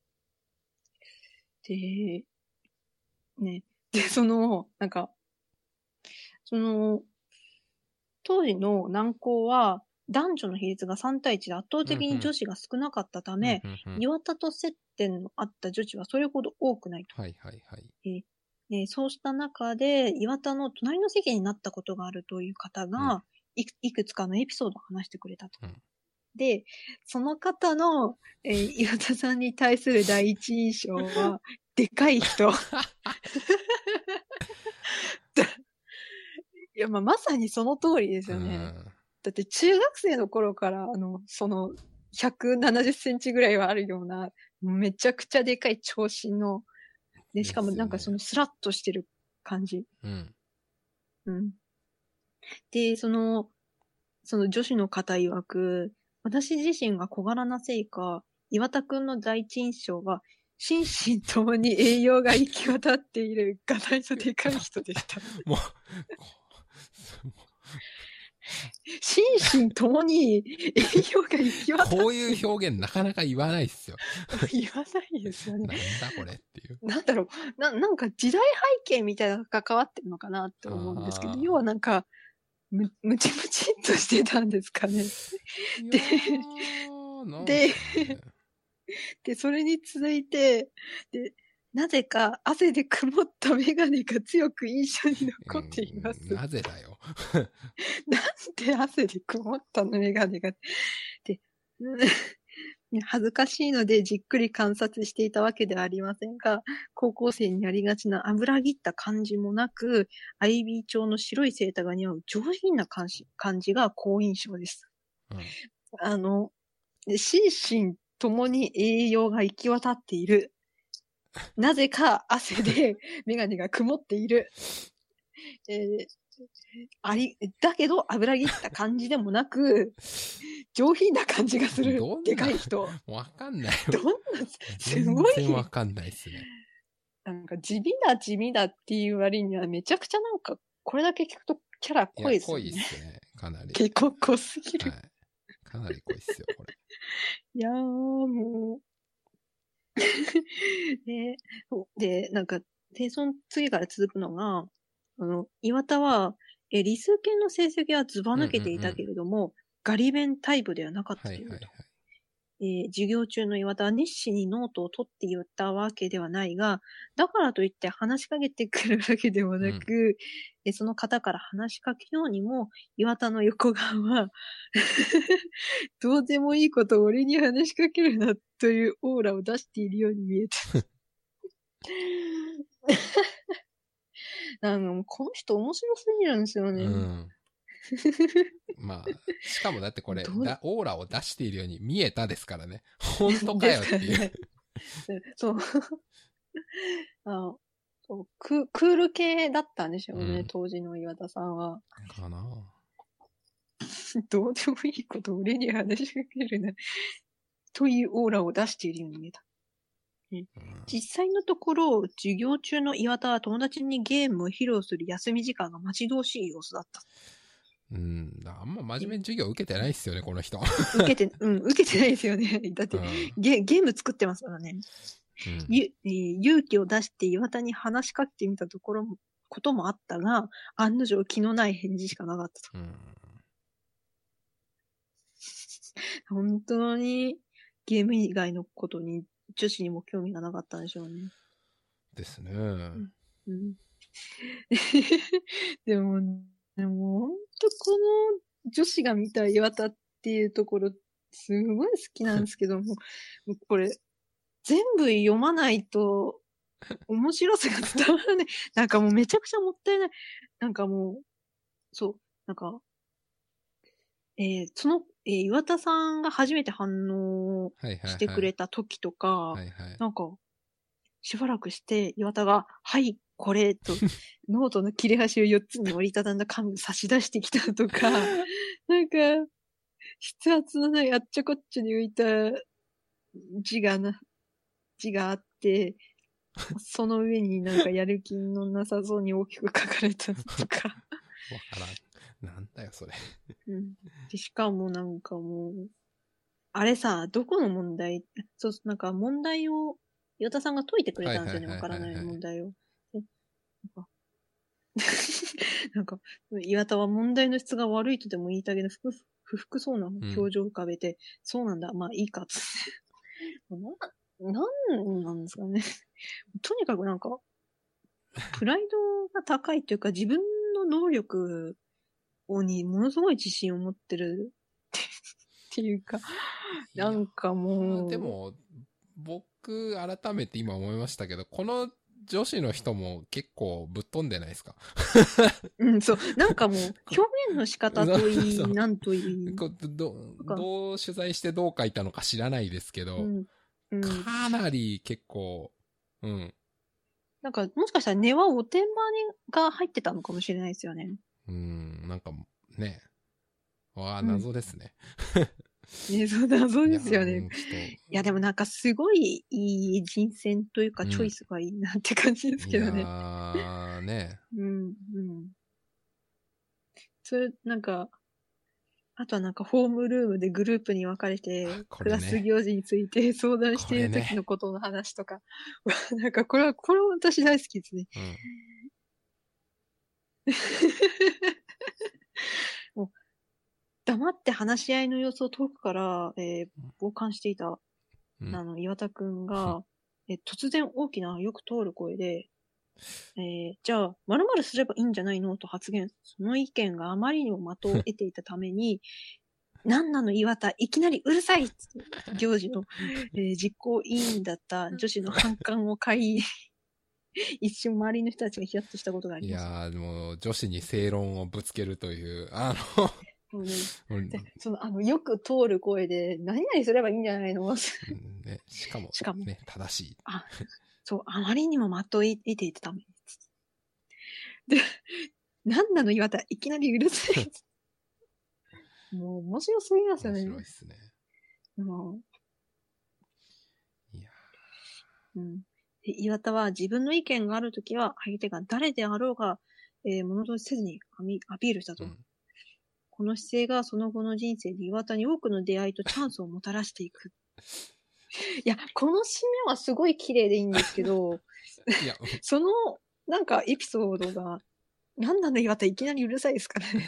で、ね。で、その、なんか、その、当時の南高は、男女の比率がさん対いちで圧倒的に女子が少なかったため、うんうん、岩田と接点のあった女子はそれほど多くないと。 はいはいはい。 えー、そうした中で、岩田の隣の席になったことがあるという方が、いく、いくつかのエピソードを話してくれたと。うん、で、その方の、えー、岩田さんに対する第一印象は、でかい人。いや、まあ、まさにその通りですよね。うん、だって中学生の頃から、あの、その、ひゃくななじゅっセンチぐらいはあるような、めちゃくちゃでかい長身の、で、しかもなんかそのスラッとしてる感じ。うん。うん。で、その、その女子の方曰く、私自身が小柄なせいか、岩田くんの第一印象は、心身ともに栄養が行き渡っている、がたいとでかい人でした。もう、心身ともに栄養が行き渡っている。 こういう表現なかなか言わないっすよ。 言わないですよね。 なんだこれっていう。 なんだろう、な、なんか時代背景みたいなのが関わってるのかなって思うんですけど、要はなんか、む、むちむちっとしてたんですかね。で、で、ね、で、それに続いて、で、なぜか汗で曇ったメガネが強く印象に残っています。 なぜだよ。 なんで汗で曇ったのメガネが。で、恥ずかしいのでじっくり観察していたわけではありませんが、高校生にありがちな油ぎった感じもなく、アイビー調の白いセーターが似合う上品な感じ感じが好印象です。うん、あの、心身ともに栄養が行き渡っている。なぜか汗でメガネが曇っている。えー、あり、だけど油ぎった感じでもなく、上品な感じがする。でかい人。 わかんないよ。 どんな、すごい。 全然わかんないっすね。 なんか地味だ地味だっていう割にはめちゃくちゃなんか、これだけ聞くとキャラ濃いですよね。 濃いっすね。かなり。 結構濃すぎる。 はい。かなり濃いっすよ、これ。 いやーもう。で、で、なんか、で、その次から続くのが、あの、岩田は、え、理数系の成績はずば抜けていたけれども、うんうんうん、ガリ弁タイプではなかったという。はいはいはい。えー、授業中の岩田は熱心にノートを取っていったわけではないが、だからといって話しかけてくるわけでもなく、うんえー、その方から話しかけようにも、岩田の横側は、どうでもいいことを俺に話しかけるなというオーラを出しているように見えた。あの、この人面白すぎるんですよね。うんまあ、しかもだってこれ、だオーラを出しているように見えたですからね。本当かよっていう。ね、 そう。あそうク。クール系だったんでしょうね、うん、当時の岩田さんは。 かなどうでもいいことを俺に話しかけるな。というオーラを出しているように見えた。うん、実際のところ、授業中の岩田は友達にゲームを披露する休み時間が待ち遠しい様子だった。 うん、あんま真面目に授業受けてないっすよね、この人。 受けて、うん、受けてないですよね。だって、うん、ゲ、ゲーム作ってますからね。うん、ゆ勇気を出して岩田に話しかけてみたところも、こともあったが、案の定気のない返事しかなかったと。うん、本当にゲーム以外のことに女子にも興味がなかったんでしょうね。 ですね。 うんうん、でも、でも本当この女子が見た岩田っていうところ、すごい好きなんですけども、もうこれ、全部読まないと面白さが伝わらない。なんかもうめちゃくちゃもったいない。なんかもう、そう、なんか、えー、その、えー、岩田さんが初めて反応してくれた時とか、 はいはい、 なんか、しばらくして岩田が、はい、これと、ノートの切れ端をよっつに折りたたんだ紙を差し出してきたとか、なんか、筆圧のないあっちゃこっちゃに浮いた字がな、字があって、その上になんかやる気のなさそうに大きく書かれたとか。わからん。なんだよ、それ。 うん。で、しかもなんかもう、あれさ、どこの問題、そう、なんか問題を、岩田さんが解いてくれたんですよね、わからない問題を。なんか、なんか岩田は問題の質が悪いとでも言いたげな不不服そうな表情を浮かべて、うん、そうなんだ、まあいいかっつって。な、なんなんですかね。とにかくなんか、プライドが高いっていうか、自分の能力にものすごい自信を持ってるっていうか、なんかもう。 でも、僕、改めて今思いましたけど、この女子の人も結構ぶっ飛んでないですか？ うん、そう。なんかもう、表現の仕方といい、そうそうなんといい。 ど、どう取材してどう書いたのか知らないですけど、うんうん、かなり結構、うん。 なんか、もしかしたら根はおてんばが入ってたのかもしれないですよね。 うん、なんか、ね。わあ、謎ですね。 うん、ね、そう、謎ですよね。いや、でもなんかすごいいい人選というか、チョイスがいいなって感じですけどね。 いやーね。 うん、うん。それ、なんか、あとはなんかホームルームでグループに分かれて、ね、クラス行事について相談している時のことの話とか。ね、なんかこれは、これは私大好きですね。うん、もう黙って話し合いの様子を遠くから、えー、傍観していた、うん、あの、岩田くんが、え突然大きなよく通る声で、えー、じゃあ、〇〇すればいいんじゃないのと発言。その意見があまりにも的を得ていたために、なんなの岩田、いきなりうるさい行事の、えー、実行委員だった女子の反感を買い、一瞬周りの人たちがヒヤッとしたことがあります。 いやー、もう女子に正論をぶつけるという、あの、ねでそのあのよく通る声で、何々すればいいんじゃないの、うんね、しかも、 しかもね、正しい。 あ、そう、あまりにも的を得ていたために。で、なんなの岩田、いきなりうるさい。もう面白すぎますよね。 面白いっすね。 うん。いやうん。で岩田は自分の意見があるときは、相手が誰であろうが、えー、物としせずにアピールしたと。うん、この姿勢がその後の人生で岩田に多くの出会いとチャンスをもたらしていく。いや、この締めはすごい綺麗でいいんですけど、いやその、なんかエピソードが、なんなの岩田いきなりうるさいですからね。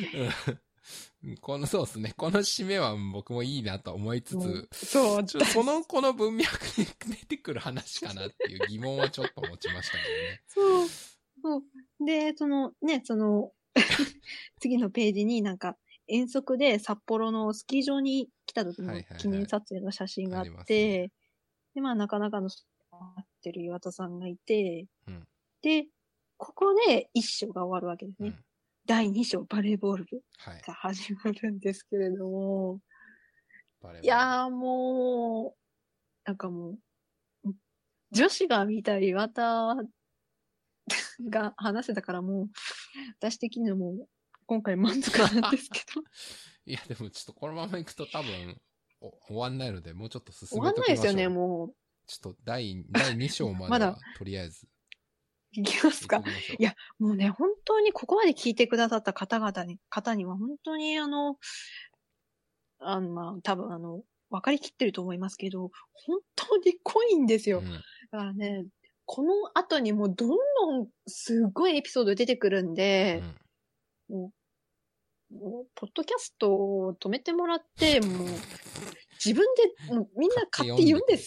この、そうですね。この締めは僕もいいなと思いつつ、 そう。 ちょその、この文脈に出てくる話かなっていう疑問はちょっと持ちましたけどね。 そう。そう。で、その、ね、その、次のページになんか、遠足で札幌のスキー場に来た時の記念撮影の写真があって、はいはいはい、ね、で、まあ、なかなかの、待ってる岩田さんがいて、うん、で、ここで一章が終わるわけですね。うん、だいに章バレーボール部が始まるんですけれども、はい、いやーもう、なんかもう、女子が見た岩田が話せたからもう、私的にはもう、今回満足なんですけど。 いや、でもちょっとこのまま行くと多分、終わんないので、もうちょっと進めときましょう。 終わんないですよね、もう。 ちょっと第、第に章までは、まだとりあえず。 いきますか。いや、もうね、本当にここまで聞いてくださった方々に、方には本当にあの、あの、まあ、多分あの、分かりきってると思いますけど、本当に濃いんですよ。うん、だからね、この後にもうどんどんすごいエピソード出てくるんで、うん、もう、もうポッドキャストを止めてもらって、もう、自分で、もうみんな買って言うんです。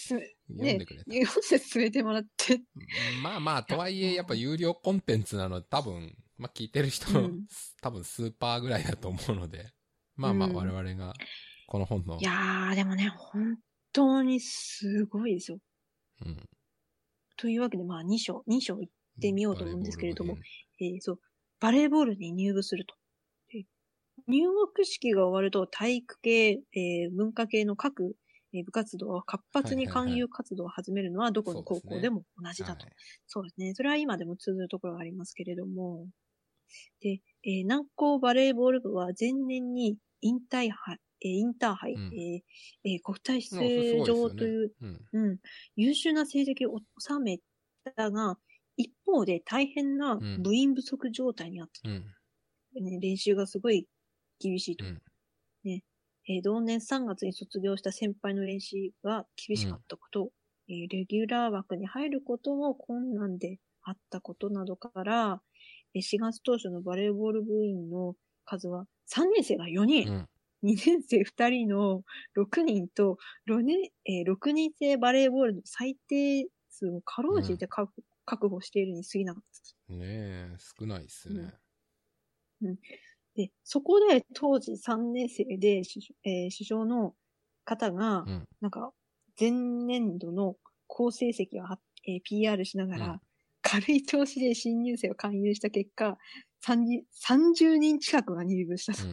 ね、 読んでくれた。 読んで進めてもらって。 まあまあ、とはいえ、やっぱ有料コンテンツなので、多分、まあ聞いてる人、 うん、 多分スーパーぐらいだと思うので、まあまあ我うん。 々が、この本の、 いやー、でもね、本当にすごいですよ。 うん。 というわけで、まあに章、に章行ってみようと思うんでバレーボーすけれども、 ル部編。 えー、そう、バレーボールに入部すると。で入学式が終わると体育系、えー文化系の各、えー部活動は活発に勧はいはいはい。 誘活動を始めるのはどこのそうですね。 高校でも同じだと。 はい。 そうですね。それは今でも通ずるところがありますけれども。で、えー南高バレーボール部は前年にインターハイ、えーインターハイ、 うん。 えーえー国体もうすす出ごいですよね。 場という、 うん。 うん、優秀な成績を収めたが、一方で大変なうん。 部員不足状態にあったと。 うん。 ね、練習がすごい厳しいと。 うん。 ね、えー同年さんがつに卒業した先輩の練習が厳しかったこと、えーレギュラー枠に入ることも困難であったことなどから、えーしがつ当初のバレーボール部員の数はさんねん生がよにん、 うん。 にねん生ふたりのろくにんと、ろねえーろくにん制バレーボールの最低数をかろうじて確確保しているに過ぎなかったねえ、少ないっすね。 うんうんで、そこで当時さんねん生で主、えー主将の方が、 うん。 なんか、前年度の好成績をは、えー ピーアール しながら、 うん。 軽い調子で新入生を勧誘した結果、さんじゅう、さんじゅうにん近くが入部したと。 うん。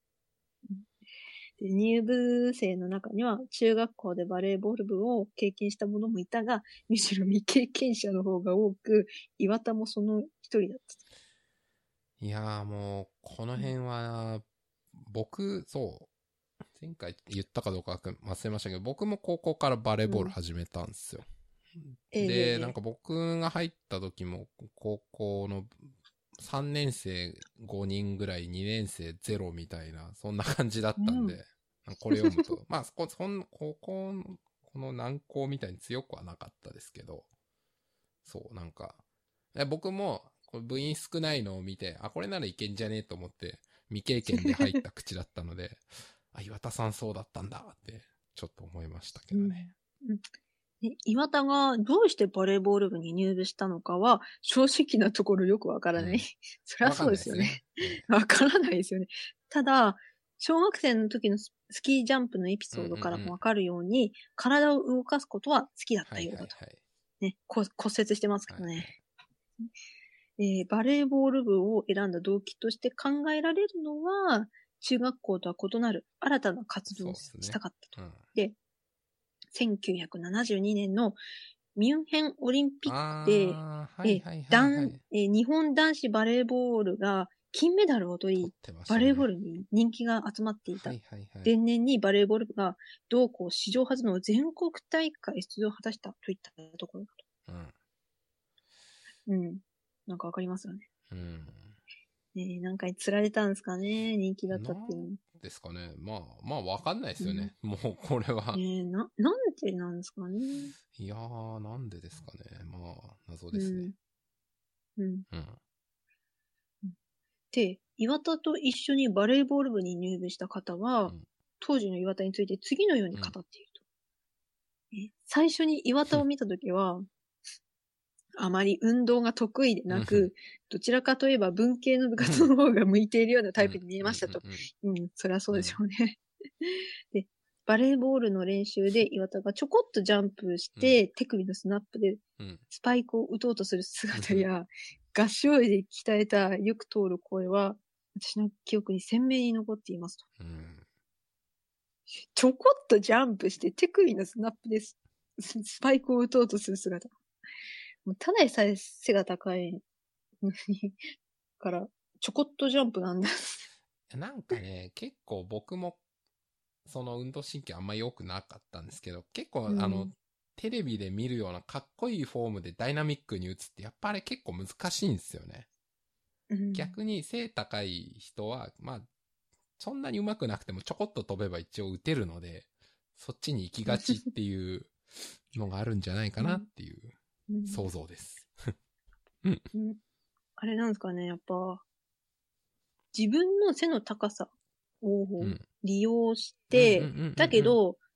で入部生の中には、中学校でバレーボール部を経験した者もいたが、むしろ未経験者の方が多く、岩田もその一人だったと。 いやーもう、この辺は、僕、そう、前回言ったかどうか忘れましたけど、僕も高校からバレーボールうん。 始めたんですよ。 えで、 ええなんか僕が入った時も、高校のさんねん生ごにんぐらい、にねん生ゼロみたいな、そんな感じだったんうん。 で、これ読むと、まあ、そこ、そん、高校の、この難校みたいに強くはなかったですけど、そう、なんか、え僕も、これ部員少ないのを見て、あ、これならいけんじゃねえと思って、未経験で入った口だったので、あ、岩田さんそうだったんだって、ちょっと思いましたけうんどね。 うんで岩田がどうしてバレーボール部に入部したのかは、正直なところよくわからない。 うん。 そりゃわかそうですよね。 んないですね。えわからないですよね。ただ、小学生の時のススキージャンプのエピえうんうんうソードからもん。 わかるように、体を動かすことは好きだっはいたようだと。 はいはい。 ね、こ骨折してますけはいはい。 どね。えーバレーボール部を選んだ動機として考えられるのは、中学校とは異なる新たな活動をそうですね。 したかったと。 うん。 で、せんきゅうひゃくななじゅうにねんのミュンヘンオリンピックで、 あー、はいえ、 はいはいは男、 い。 え、日本男子バレーボールが金メダルを取り、 撮ってましバたね。 レーボールに人気が集まっていた。 はいはいはい。 前年にバレーボール部が同校史上初の全国大会出場を果たしたといったところだうん。 と。うん。なんかわかりますよね。 うん。 ねえ、なんかに釣られたんですかね、人気だったっていうのなんですかね。まあ、まあわかんないですよに。 ね。もうこれは。 ねえ、な、なんでなんですかね。 いやー、なんでですかね。まあ、謎ですね。 うん。うん。 うん。 で、岩田と一緒にバレーボール部に入部した方は、 うん。 当時の岩田について次のようにうん。 語っていると。え最初に岩田を見たときは、あまり運動が得意でうん。 なく、どちらかといえば文系の部活の方が向いているようなタイプに見えうん。 ましたと。 うん。 うん、そりゃそうでしうん。 ょうね。で、バレーボールの練習で岩田がちょこっとジャンプしうん。 て、手首のスナップでうん。 スパイクを打とうとする姿や、合唱で鍛えたよく通る声は、私の記憶に鮮明に残っていますと。 うん。 ちょこっとジャンプして手首のスナップでススパイクを打とうとする姿。もうただでさえ背が高いのに、から、ちょこっとジャンプなんだ。 なんかね、結構僕も、その運動神経あんま良くなかったんですけど、結構あの、 うん。 テレビで見るようなかっこいいフォームでダイナミックに打つって、やっぱり結構難しいんですよね。 うん、 逆に背高い人は、まあ、そんなに上手くなくてもちょこっと飛べば一応打てるので、そっちに行きがちっていうのがあるんじゃないかなっていう想像です。うん。 うん、あれなんですかね、やっぱ、自分の背の高さを利用して、だけど、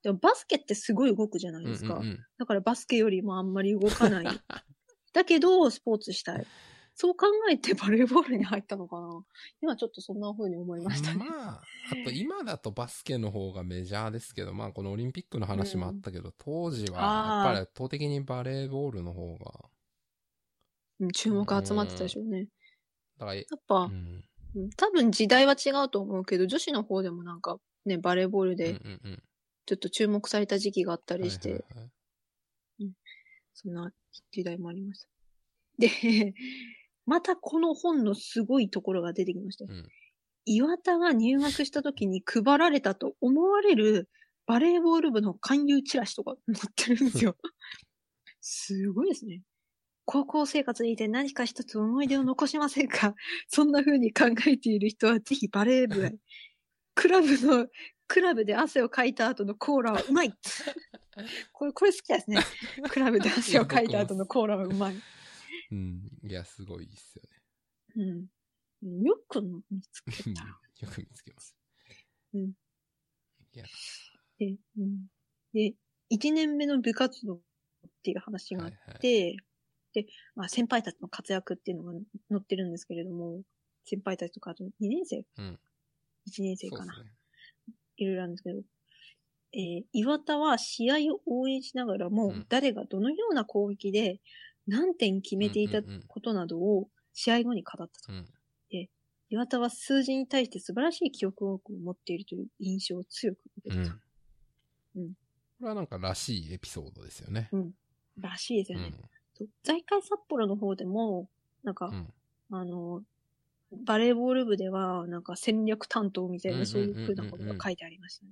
でもバスケってすごい動くじゃないですか。 うんうんうん。 だからバスケよりもあんまり動かない。だけど、スポーツしたい。そう考えてバレーボールに入ったのかな。今ちょっとそんな風に思いましたね。 まあ、あと今だとバスケの方がメジャーですけど、まあこのオリンピックの話もあったけど、うん、当時はやっぱり圧倒的にバレーボールの方が、 うん、注目集まってたでしょうね。 だからやっぱ、うん、多分時代は違うと思うけど、女子の方でもなんかね、バレーボールでちょっと注目された時期があったりして、はいはいはい、うん、そんな時代もありました。で、またこの本のすごいところが出てきましたよ。うん、岩田が入学した時に配られたと思われるバレーボール部の勧誘チラシとか載ってるんですよ。すごいですね。高校生活にいて何か一つ思い出を残しませんか？そんな風に考えている人はぜひバレー部へ。クラブの、クラブで汗をかいた後のコーラはうまい。これ、これ好きですね。クラブで汗をかいた後のコーラはうまい。 うん。いや、すごいですよね。 うん。よく見つけた。 よく見つけます。 うん。 いや。 で、うん。で、いちねんめの部活動っていう話があって、はいはい、で、まあ先輩たちの活躍っていうのが載ってるんですけれども、先輩たちとかあとにねん生、うん、いちねん生かな。ね、いろいろあるんですけど、えー、岩田は試合を応援しながらも、うん、誰がどのような攻撃で何点決めていたことなどを試合後に語ったと。うん、で、岩田は数字に対して素晴らしい記憶を持っているという印象を強く受けたと。 うん。うん、これはなんからしいエピソードですよね。 うん。らしいですよね。うん、在海札幌の方でも、なんか、うん、あの、バレーボール部では、なんか戦略担当みたいな、そういう風なことが書いてありましたね。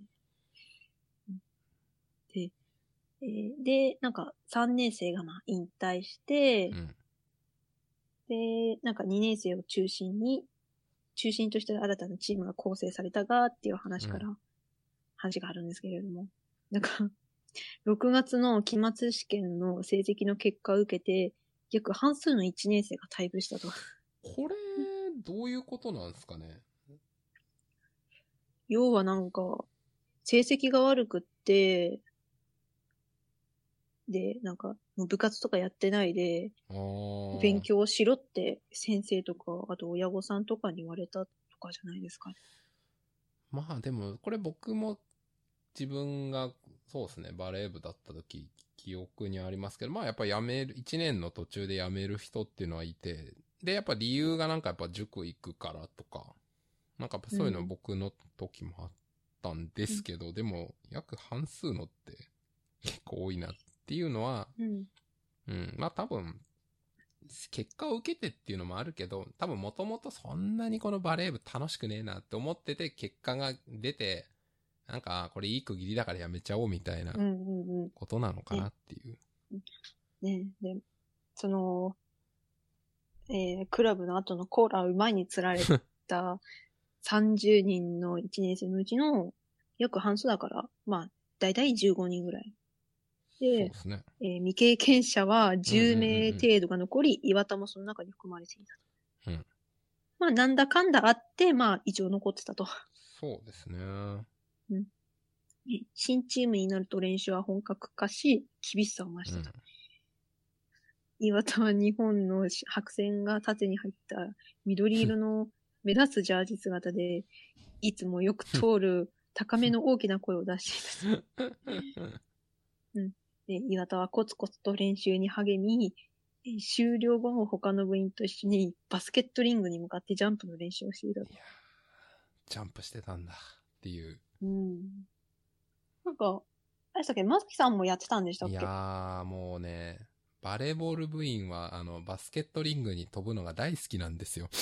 で、えー、で、なんかさんねん生がまあ引退して、うん、で、なんかにねん生を中心に、中心として新たなチームが構成されたがっていう話から、話があるんですけれども、うん、なんか、ろくがつの期末試験の成績の結果を受けて、約半数のいちねん生が退部したと。 これ、どういうことなんですかね。 要はなんか、成績が悪くって、で、なんか、もう部活とかやってないで、勉強をしろって先生とか、あと親御さんとかに言われたとかじゃないですかね。 まあでも、これ僕も自分が、そうですね、バレー部だった時、記憶にありますけど、まあやっぱ辞める、いちねんの途中で辞める人っていうのはいて、で、やっぱ理由がなんかやっぱ塾行くからとか、なんかそういうの僕の時もあったんですけど、うん、でも約半数のって結構多いなっていうのは、うん、うん、まあ多分、結果を受けてっていうのもあるけど、多分もともとそんなにこのバレー部楽しくねえなって思ってて、結果が出て、なんかこれいい区切りだからやめちゃおうみたいなことなのかなっていう。 うんうんうん、ね, ねで、その、えー、クラブの後のコーラを馬に釣られたさんじゅうにんのいちねん生のうちの約半数だから、まあ、だいたいじゅうごにんぐらい。で、そうですね。えー、未経験者はじゅうめい程度が残り、うんうんうん、岩田もその中に含まれていたと。うん。まあ、なんだかんだあって、まあ、一応残ってたと。 そうですね。 うん。新チームになると練習は本格化し、厳しさを増したと。うん、岩田は日本の白線が縦に入った緑色の目立つジャージ姿で、いつもよく通る高めの大きな声を出していた。うん、で岩田はコツコツと練習に励み、終了後も他の部員と一緒にバスケットリングに向かってジャンプの練習をしていたと。いやジャンプしてたんだっていう。 うん。なんか、あれでしたっけ、まさきさんもやってたんでしたっけ？ いやー、もうね、バレーボール部員は、あの、バスケットリングに飛ぶのが大好きなんですよ。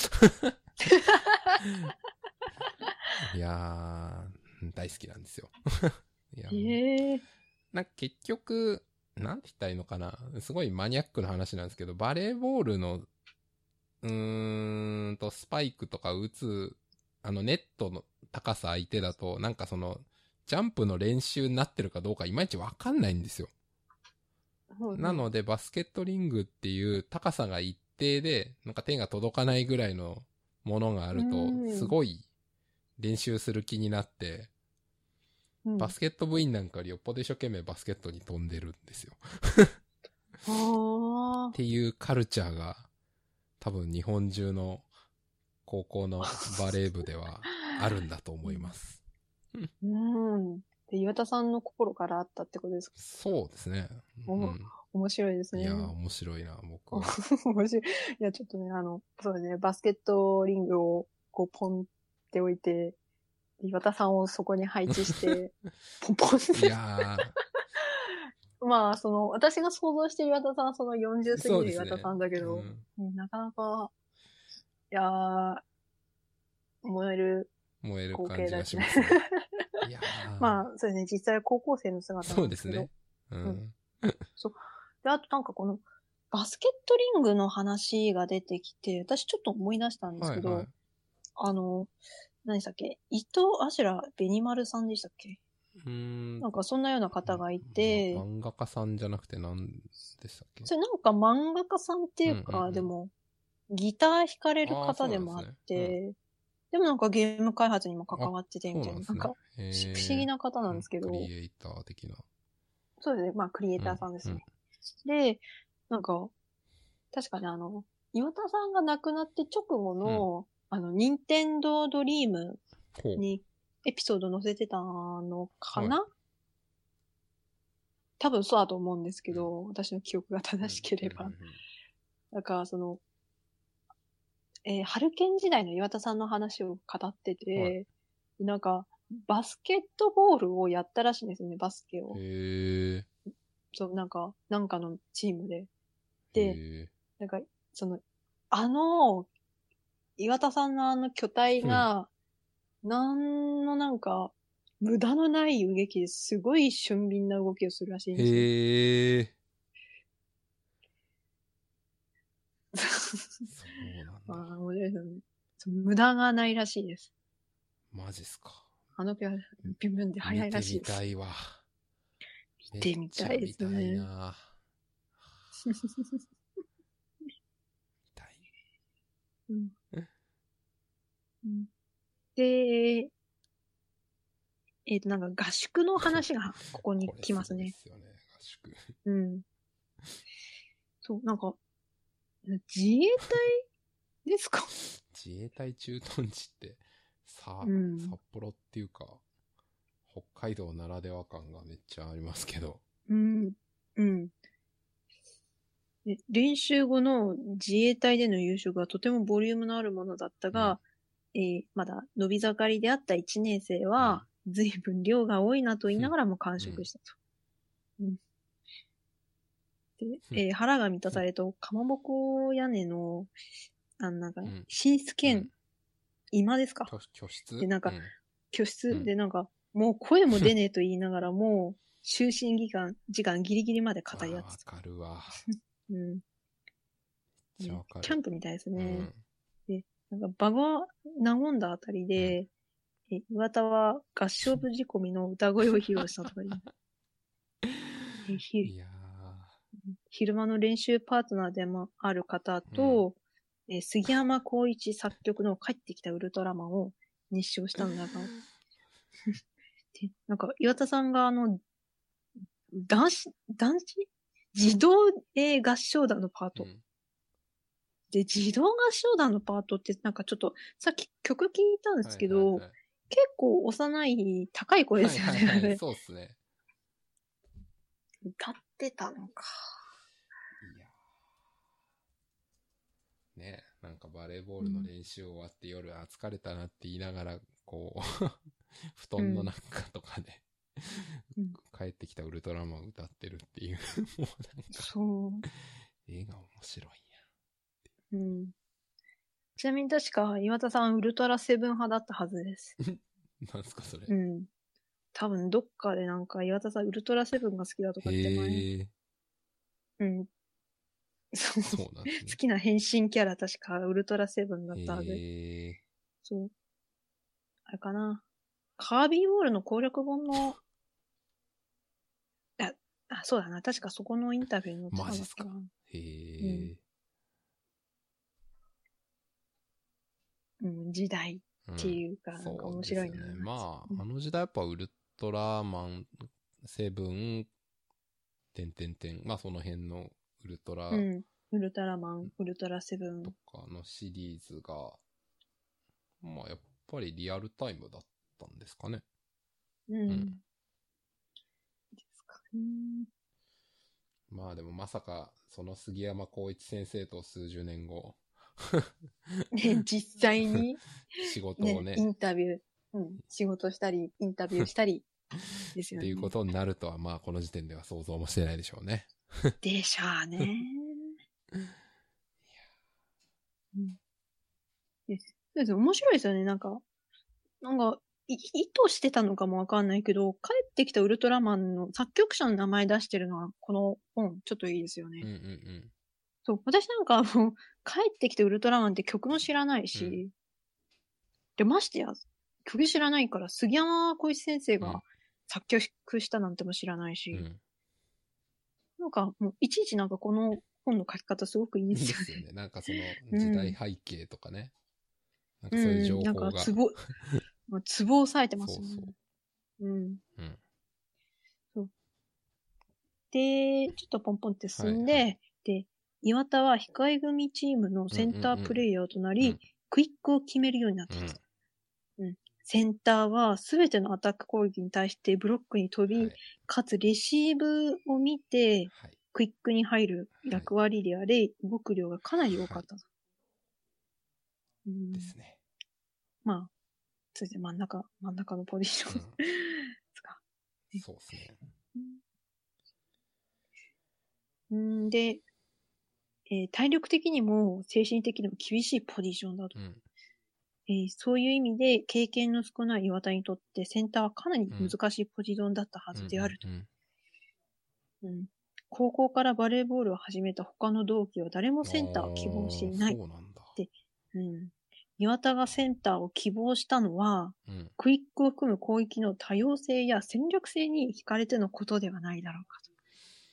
いやー、大好きなんですよ。いやへー。なんか結局、なんて言ったらいいのかな。すごいマニアックな話なんですけど、バレーボールの、うーんと、スパイクとか打つ、あの、ネットの高さ相手だと、なんかその、ジャンプの練習になってるかどうかいまいちわかんないんですよ。うんうん、なので、バスケットリングっていう高さが一定で、なんか手が届かないぐらいのものがあると、すごい練習する気になって、 うん。 バスケット部員なんかよりよっぽど一生懸命バスケットに飛んでるんですよ。 ああ。 っていうカルチャーが多分日本中の高校のバレー部ではあるんだと思います。 うん。で、岩田さんの心からあったってことですか？ そうですね。うお、 ん。 面白いですね。 いやー、面白いな、僕は。 面白い。いや、ちょっとね、あの、そうですね、バスケットリングをこうポンって置いて、岩田さんをそこに配置して、ポンポンっいて。 やまあ、その、私が想像してる岩田さんはそのよんじゅうー、 過ぎそうですね。 る岩田さんだけど、 うん。 うんなかなか、いやー、燃える燃える光感じが景ですね。 しますね。いやー。 まあ、そうですね、実際は高校生の姿そなんですけど。 うですね。ううん。 ん。 そう。で、あとなんかこの、バスケットリングの話が出てきて、私ちょっと思い出したんですけど、 はいはい。 あの、何でしたっけ、伊藤アシュラベニマルさんでしたっけ？ うーん。 なんかそんなような方がいま、 て、 漫画家さんじゃなくて何でしたっけ？ それなんか漫画家さんってうんいうか、 うんうん。 でも、ギター弾かれるああ、そ方でもあっうなんですね。うん。 て、でもなんかゲーム開発にも関あ、 わっててみたいな、 そうなんですね。 なんかし不思議へえ。 な方なんでうん。 すけど、 クリエイター的な。 そうですね、まあクリエイターうん。うん。 さんですね。で、なんか、確かね、あの、岩田さんが亡くなって直後うん。 の、あの、ニンテンドードリームほにエピソード載せてたのかう。はい。 な、多分そうだと思うんですけうん。 ど、私の記憶がうん。 正しけうん。うれば。 ん。 だから、その、えー、ハルケン時代の岩田さんの話を語ってはい。 て、なんか、バスケットボールをやったらしいんですよね、バスケを。 へえ。 そう、なんか、なんかのチームで。で、 へえ。 なんか、その、あの、岩田さんのあの巨体うん。 が、なんのなんか、無駄のない動きですごい俊敏な動きをするらしいんですよ。 へえ。そうなんあだ。 あ、面白いですよね。そう無駄がないらしいです。 マジっすか。 あのピュア、ビュンビュンで速いら見てみしいです。 たいわ。めっ見てみたいでちゃ見たいすね。 な。見たい。 うんうん、で、えっ、と、なんか合宿の話がここにこれす来ますね。 ごいっすよね、合宿。 うん。そう、なんか、自衛隊ですか？ 自衛隊駐屯地って、さ、 うん。 札幌っていうか、北海道ならでは感がめっちゃありますけど。 うん。うん。で練習後の自衛隊での夕食はとてもボリュームのあるものだったうん。 が、えーまだ伸び盛りであったいちねん生は、 うん。 随分量が多いなと言いうん。 ながらも完うん。 食したと。うんでうん。 えー腹が満たされると、かまぼこ屋根の、あの、なんか、 うん。 寝室兼うん。 居間ですか？ 居居室。 で、なんか、 うん。 居うん。 室でなんか、もう声も出ねえと言いながらも、就寝時間、時間ギリギリまで語り合ああ、わってた。 かるわ。 うん。 めっちゃね、 わかる。 キャンプみたいですね。 うん。 で、なんか場が和んだあたりうん。 で、え岩田は合唱部仕込みの歌声を披露したとか言う。えひいや昼間の練習パートナーでもある方ー。うん。 と、えー杉山浩一作曲の帰ってきたウルトラマンを熱唱したんだが、でなんか岩田さんがあの、男子、男子児童、えー合唱団のパート。 うん。 で、児童合唱団のパートってなんかちょっと、さっき曲聞いたんではいすけど、 はいはい。 結構幼い高い声ではいすよね、 はいはい。 あれ。 そうっすね。 歌ってたのか。 いやー。ね。なんかバレーボールのうん。 練習終わって夜、あ、疲れたなって言いながら、こう、布団のうん。 中とかでうん、 帰ってきたウルトラマン歌ってるっていうもうなんか、 そ映画面白いう。うん。ちなみに確か岩田さんウルトラセブン派だったはずです。 やん。なんすかそれ。 うん。多分どっかでなんか岩田さんウルトラセブンが好きだとかって前。 へえ。 うん。そう。 そうなんですね。 好きな変身キャラ確かウルトラセブンだったはず。 へえ。 そう。あれかな。カービーボールの攻略本の、あ、あ、そうだな。確かそこのインタビューに載ってマジっすか。 たんだっけな。 へうん。 え。 うん、時代っうん。 ていうか、なんかそう面白いな。 ですよね。まあ、 うん。 あの時代やっぱウルトラマン、セブン、てんてんてん、まあその辺のウルトラうん。ウルトラマン、ウルトラセブン。 とかのシリーズが、まあやっぱりリアルタイムだったんですかね。 うん。 うん。 ですかね。 まあでもまさか、その杉山浩一先生と数十年後、 ね、実際に、 仕事をね、イね、 ンタビュー、うん、仕事したり、インタビューしたり、ですっていうこよね。 とになるとは、まあこの時点では想像もしてないでしょうね。 でしょうね。うん。でです面白いですよね。なんか、なんか、い意図してたのかもわかんないけど、帰ってきたウルトラマンの作曲者の名前出してるのは、この本、ちょっといいですよね。 うんうんそう、私なんかもう、帰ってきてウルトラマンって曲も知らないうん。 し、 うんで、ましてや、曲知らないから、杉山浩一先生がうん作曲したなんても知らないし、 うん。 なんか、もう、いちいちなんかこの本の書き方すごくいいですよね。 いいですよね。なんかそのうん。 時代背景とかね。なんかそういううん。なんか、 情報が。 ツボ、もうツボを押さえてますよね。 そうそう。 うん。 うん。 そう。で、ちょっとポンポンってはいはい。 進んで、で、岩田は控え組チームのうんうんセンタープレイヤーとなり、 うんクイックを決めるようになっうん。 てきた。うん。センターはすべてのアタック攻撃に対してブロックに飛び、 はい。 かつレシーブを見て、 はい。 クイックに入るはい。 役割であれ、動く量がかなり多はい。 かったと。うん、 ですね。 まあ、そして真ん中、真ん中のポジションうん。 ですか。 そうですね。 うん、で、えー体力的にも精神的にも厳しいポジションだと。 うん。 えーそういう意味で経験の少ない岩田にとってセンターはかなりうん。 難しいポジションだったはうんうずであると。 んうん、高校からバレーボールを始めた他の同期は誰もうん。 センターを希望してああ、 いない。 そうなんだ。 で、うん、岩田がセンターを希望したのは、 うん。 クイックを含む攻撃の多様性や戦略性に惹かれてのことではないだろうかと。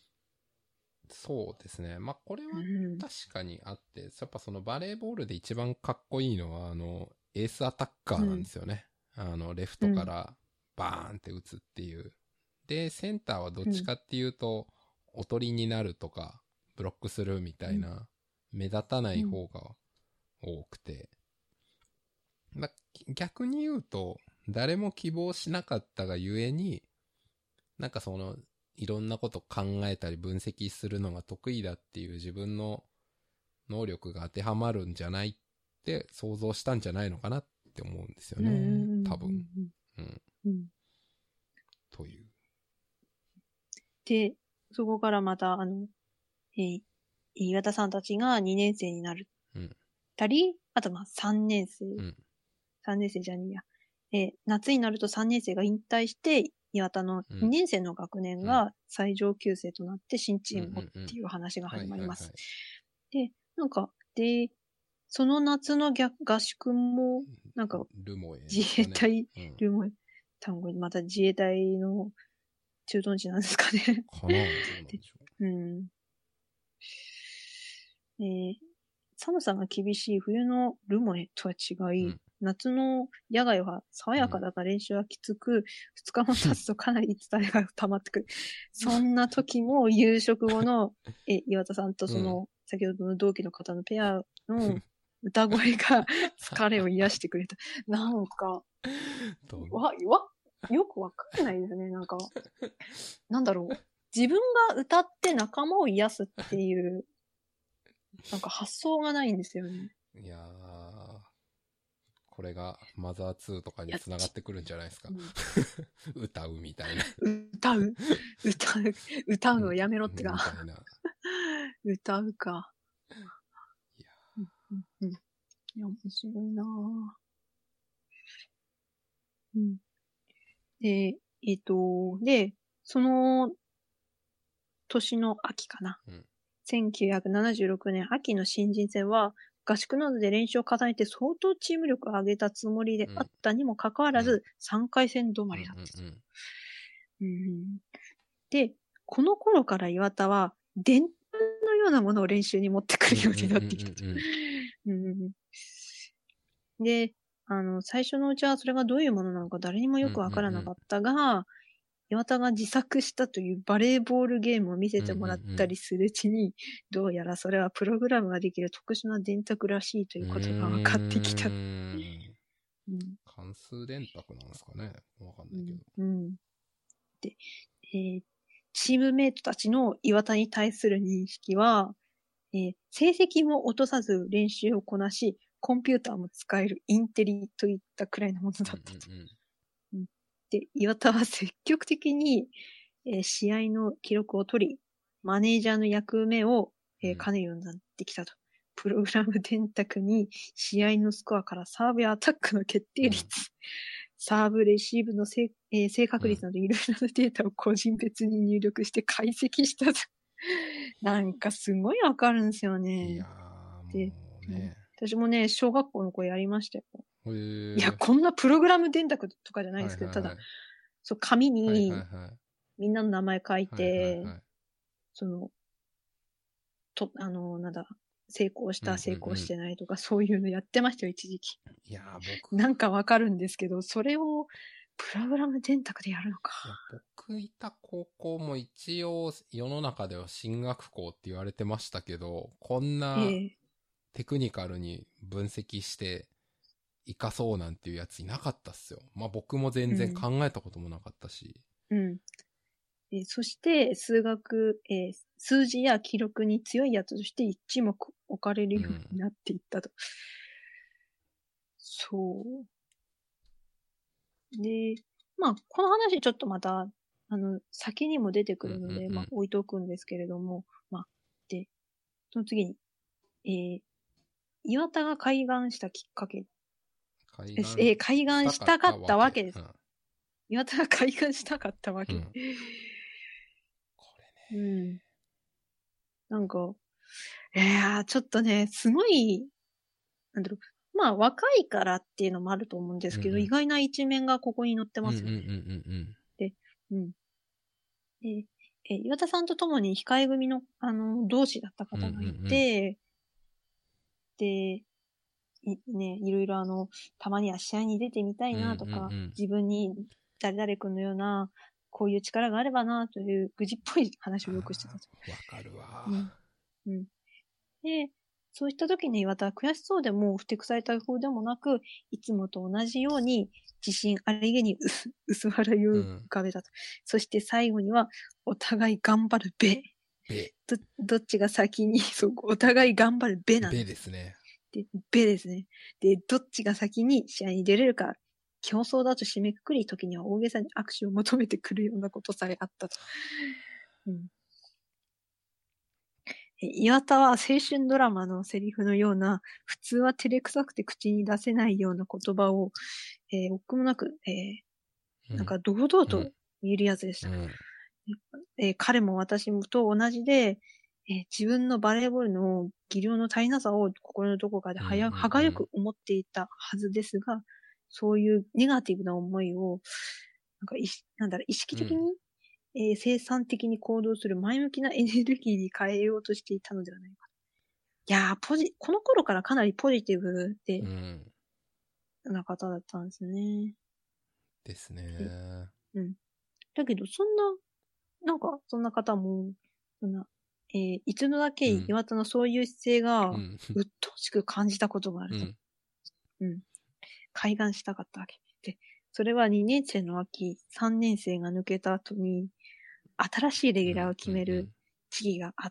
そうですね。まあ、これはうん、 確かにあって、やっぱそのバレーボールで一番かっこいいのは、あの、エースアタッカーなんうん、 ですよね。あの、レフうん、 トからバーンって打つっていう。で、センターはどっうん、 ちかっていうと、おとりになるとか、ブロックするみたうん、 いな、目立たなうん、 い方が多くて。まあ、逆に言うと、誰も希望しなかったがゆえに、なんかその、いろんなこと考えたり分析するのが得意だっていう自分の能力が当てはまるんじゃないって想像したんじゃないのかなって思うんですようん、うね。 ん、 多分。うん。 うん。 という。 で、そこからまた、あの、えー岩田さんたちがにねん生になるうん。 たり、あとまあさんねん生、 うん。 さんねん生じゃねえや。えー夏になるとさんねん生が引退して、岩田のうん。 にねん生の学年うん。 が最上級生となって新チうん。うームをっん。うん。 ていう話がはいはいはい。 始まります。で、なんか、で、その夏の逆合宿も、なんか、 ルモエで自すかね。 衛隊、 うん。 ルモ単語、また自衛隊の駐屯地なんですかね。 かな、どうなんででしょう。 うん。えー寒さが厳しい冬のルモエとは違い、 うん。 夏の野外は爽やかだが練習はきつく、二日も経つとかなり疲れが溜まってくる。そんな時も夕食後の、え、岩田さんとその、 うん。 先ほどの同期の方のペアの歌声が疲れを癒してくれた。なんか、 どうわ、わ、よくわかんないですね。なんか、なんだろう。自分が歌って仲間を癒すっていう、なんか発想がないんですよね。 いやー、これがマザーツーとかにやっ繋がってくるんじゃないですか。 うん、 歌うみたいな。 歌う歌う歌うのをやめろってか。 みたいな。 歌うか。 いやうんうんうん、いや、面白いなぁ。うん。で、えっと、で、その年の秋かな。 うん。 せんきゅうひゃくななじゅうろくねん秋の新人戦は、合宿などで練習を重ねて相当チーム力を上げたつもりであったにもかかわらず、 うん、 さんかい戦止まうん、 りだった。 うん、 うん、で、この頃から岩田は、伝統のようなものを練習に持ってくうん。 るようになってきた。 うん、うん、うん、 うん、で、 あの、最初のうちはそれがどういうものなのか誰にもよくわからなかったが、うんうんうん、岩田が自作したというバレーボールゲームを見せてもらったりするうちに、うんうんうん、どうやらそれはプログラムができる特殊な電卓らしいということが分かってきた。うーん、 うん、関数電卓なんですかね。わかんないけど。 うんうん、で、えー、チームメイトたちの岩田に対する認識は、えー、成績も落とさず練習をこなし、コンピューターも使えるインテリといったくらいのものだったと。うんうんうんで、岩田は積極的に、えー、試合の記録を取り、マネージャーの役目を、えー、兼ねるようになってきたと。うん、プログラム電卓に試合のスコアからサーブやアタックの決定率、うん、サーブレシーブの正、えー、正確率などいろいろなデータを個人別に入力して解析したと。なんかすごいわかるんですよね。 いやー、でもうね。 私もね、小学校の子やりましたよ。 へー、 いや、こんなプログラム電卓とかじゃないですけど、はいはいはい、ただ、そう、紙にみんなの名前書いて、はいはいはい、その、と、あの、なんだ、成功した、成功してないとか、うんうんうん、そういうのやってましたよ、一時期。 いやー、僕。 なんかわかるんですけど、それを、プログラム電卓でやるのか。 いや、僕いた高校も一応世の中では進学校って言われてましたけど、こんなテクニカルに分析して活かそうなんていうやついなかったっすよ。まあ僕も全然考えたこともなかったし。 うん。うん、えー、そして数学、えー、数字や記録に強いやつとして一目置かれるようになっていったと。うん、そう。で、まあ、この話ちょっとまた、あの、先にも出てくるので、うんうんうん、まあ、置いとくんですけれども、まあ、で、その次に、えー、岩田が開眼したきっかけ。 開眼えー、開眼したかったわけです。うん、岩田が開眼したかったわけ。うん、これね。うん。なんか、いやー、ちょっとね、すごい、なんだろう、まあ、若いからっていうのもあると思うんですけど、うんうん、意外な一面がここに載ってますよね。うんうんうんうん、で、うん。で、えー、岩田さんと共に控え組の、あの、同志だった方がいて、うんうんうん、で、い、ね、いろいろあの、たまには試合に出てみたいなとか、うんうんうん、自分に誰々君のような、こういう力があればなという愚痴っぽい話をよくしてたと。 わかるわ、 うんうん。で、そういった時に岩田は悔しそうでも、ふてくされた風でもなく、いつもと同じように、自信ありげに薄笑いを浮かべたと、うん。そして最後には、お互い頑張るべ。 べ。 ど、どっちが先に、そう、お互い頑張るべなんです。 べですね。 で、べですね。で、どっちが先に試合に出れるか、競争だと締めくくり、時には大げさに握手を求めてくるようなことさえあったと。うん、岩田は青春ドラマのセリフのような、普通は照れくさくて口に出せないような言葉を、えー、おっくもなく、えー、なんか堂々と言えるやつでした。うんうんえー、彼も私もと同じで、えー、自分のバレーボールの技量の足りなさを心のどこかではや、歯がゆく思っていたはずですが、そういうネガティブな思いを、なんかい、なんだろう、意識的に、うんえー、生産的に行動する前向きなエネルギーに変えようとしていたのではないか。いやー、ポジ、この頃からかなりポジティブで、うん、な方だったんですね。 ですね。 うん。だけど、そんな、なんか、そんな方も、そんな、えー、一度だけ岩田のそういう姿勢が、うっとうしく感じたことがあると。うん。うん。開眼したかったわけ。で、それはにねん生の秋、さんねん生が抜けた後に、新しいレギュラーを決める時期があって、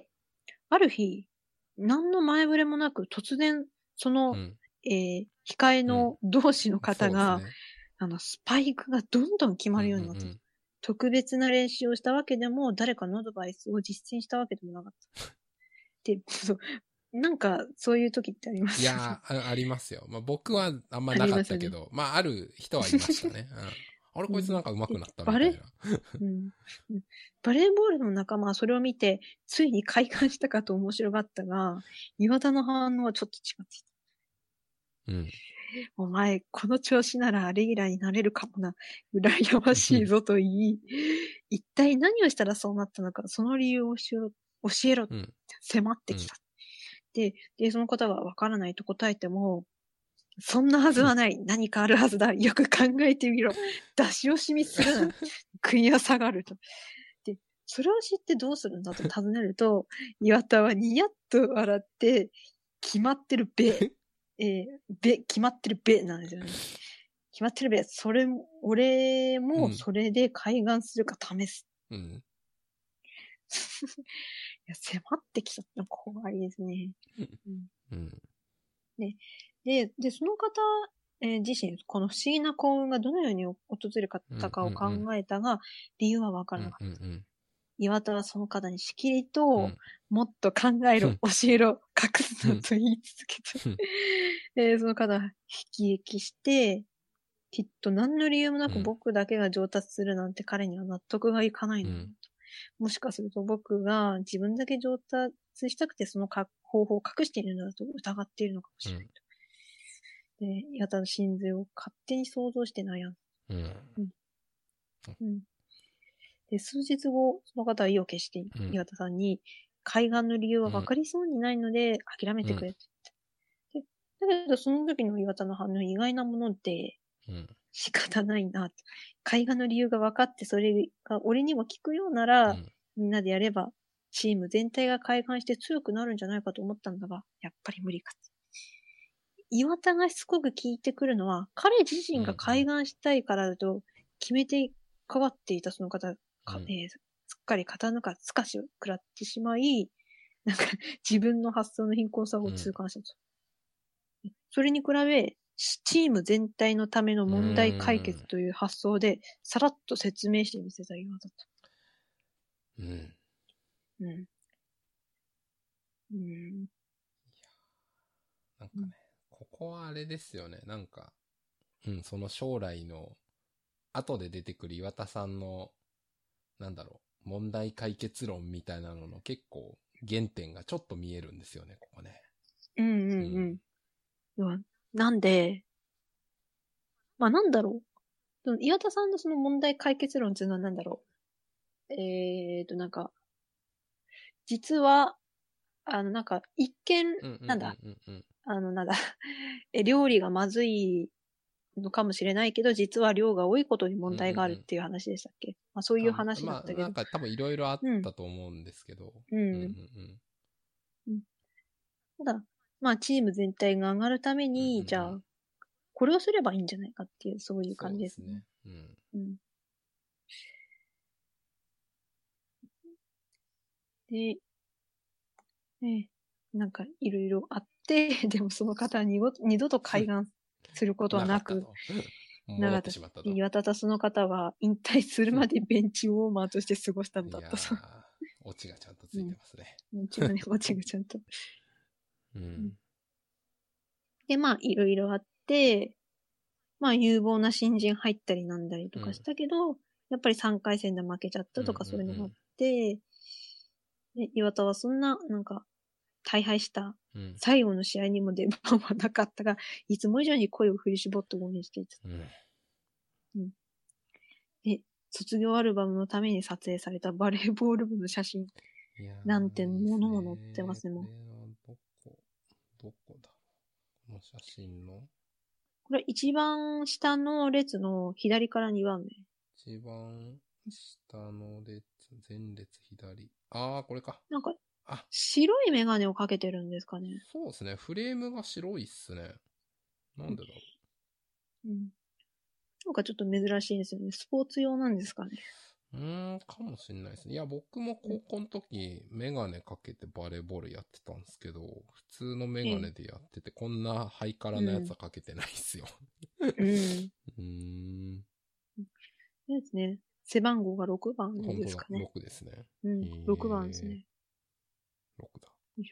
ある日、何の前触れもなく突然、その、うん、えー、控えの同士の方が、うんね、あの、スパイクがどんどん決まるようになった。うんうんうん、特別な練習をしたわけでも、誰かのアドバイスを実践したわけでもなかった。で、そう、なんか、そういう時ってあります。 いやあ、ありますよ。まあ、僕はあんまなかったけど、あまあ、ある人はいましたね。うんあれこいつなんか上手くなったみたいな。 うん、バレーボールの仲間はそれを見て、ついに開眼したかと面白がったが、岩田の反応はちょっと違っていた。うん。お前、この調子ならレギュラーになれるかもな。羨ましいぞと言い、一体何をしたらそうなったのか、その理由を教えろ、教えろって迫ってきた。うん、で、で、その方がわからないと答えても、 そんなはずはない。何かあるはずだ。よく考えてみろ。出し惜しみするな。食い下がると。で、それを知ってどうするんだと尋ねると、岩田はニヤッと笑って、決まってるべ。えー、べ、決まってるべなんですよね。決まってるべ。それも、俺もそれで開眼するか試す。 うん。 いや、迫ってきちゃったの怖いですね。うんうん。 で、で、で、その方、えー自身、この不思議な幸運がどのように訪れたかを考えたが、理由はわからなかった。 うんうんうん岩田はその方にしきりうと、 んもっと考えろ、教えろ、隠すなと言い続けた。 うんえーその方は悲劇して、きっと何の理由もなくうん僕だけが上達するなんて彼には納得がいかないの。 うんもしかすると僕が自分だけ上達したくてそのか方法を隠しているのだと疑っているのかもしれないと。で、岩田の心髄を勝手に想像して悩んだ。 うんうん。で、数日後、その方は意を決してうん岩田さんに、海岸の理由は分かりそうにないので諦めてくれって言って。で、だけどその時の岩田の反応意外なもので、 うん仕方ないな。海岸の理由が分かって、それが俺にも効くようなら、 うんみんなでやれば、チーム全体が海岸して強くなるんじゃないかと思ったんだが、やっぱり無理か。岩田がしつこく聞いてくるのは、彼自身が海岸したいからだと決めてかかっていたその方、かうんえーすっかり肩抜かすかしを食らってしまい、なんか自分の発想の貧困さを痛感したと。それに比べ、チーム全体のための問題解決という発想で、さらっと説明してみせた岩田だった。 うんうん。うん。 なんかね、ここはあれですよね。なんか、うん、その将来の、後で出てくる岩田さんの、なんだろう、問題解決論みたいなのの結構原点がちょっと見えるんですよね、ここね。 うんうんうん。要はなんで、まあなんだろう。その岩田さんのその問題解決論っていうのはなんだろう。えーと、なんか、実は、あの、なんか、一見、 うんうんなんだ、 うんうんあの、なんだ、え、料理がまずいのかもしれないけど、実は量が多いことに問題があるっていう話でしたっけ？まあそういうあ、 話だっまあ、 たけど。 なんか多分いろいろあっうん。 たと思うんですけど。 ううんうんん。うん。ただ、まあチーム全体が上がるためうんうんうんに、じゃあ、これをすればいいんじゃないかっていう、そういうそ感じですね。 うですね。うん。 うん。で、ね、なんかいろいろあって、でもその方は二度二度と開眼することはなく、 なかったと。 なかった。 戻ってしまったと。 岩田とその方は引退するまでベンチウォーマーとして過ごしたんいやだったそう。 ー、オチがちゃんとついてますね。 うん。違うね、オチがちゃんと。 ううんん。 で、まあ、いろいろあって、まあ、有望な新人入ったりなんだりとかしうん。 たけど、やっぱりさんかい戦で負けちゃったとかうんうんうんそういうのがあって、で、岩田はそんな、なんか、大敗したうん。 最後の試合にも出番はなかったが、いつも以上に声を振り絞って応援していた。 うん。 で、卒業アルバムのために撮影されたバレーボール部の写真いやーなんていいっすものも載ってますね、もう。 これはどこ、どこだこの写真のこれ一番下の列の左からにばんめ。 一番下の列、前列左。あー、これか。 なんか、 あ、 白いメガネをかけてるんですかね。 そうですね。フレームが白いっすね。なんでだろうん。なんかちょっと珍しいですよね。スポーツ用なんですかね。 う。うーん、かもしんないですね。いや、僕も高校の時、メガネかけてバレーボールやってたんですけど、普通のメガネでやってて、こんなハイカラなやつはかけてないっすよ。 うん。 うーん。 ですね。背番号がろくばん本当だ、 ですかね。 ろくですね。 うんへー。 ろくばんですね。 ろくだ。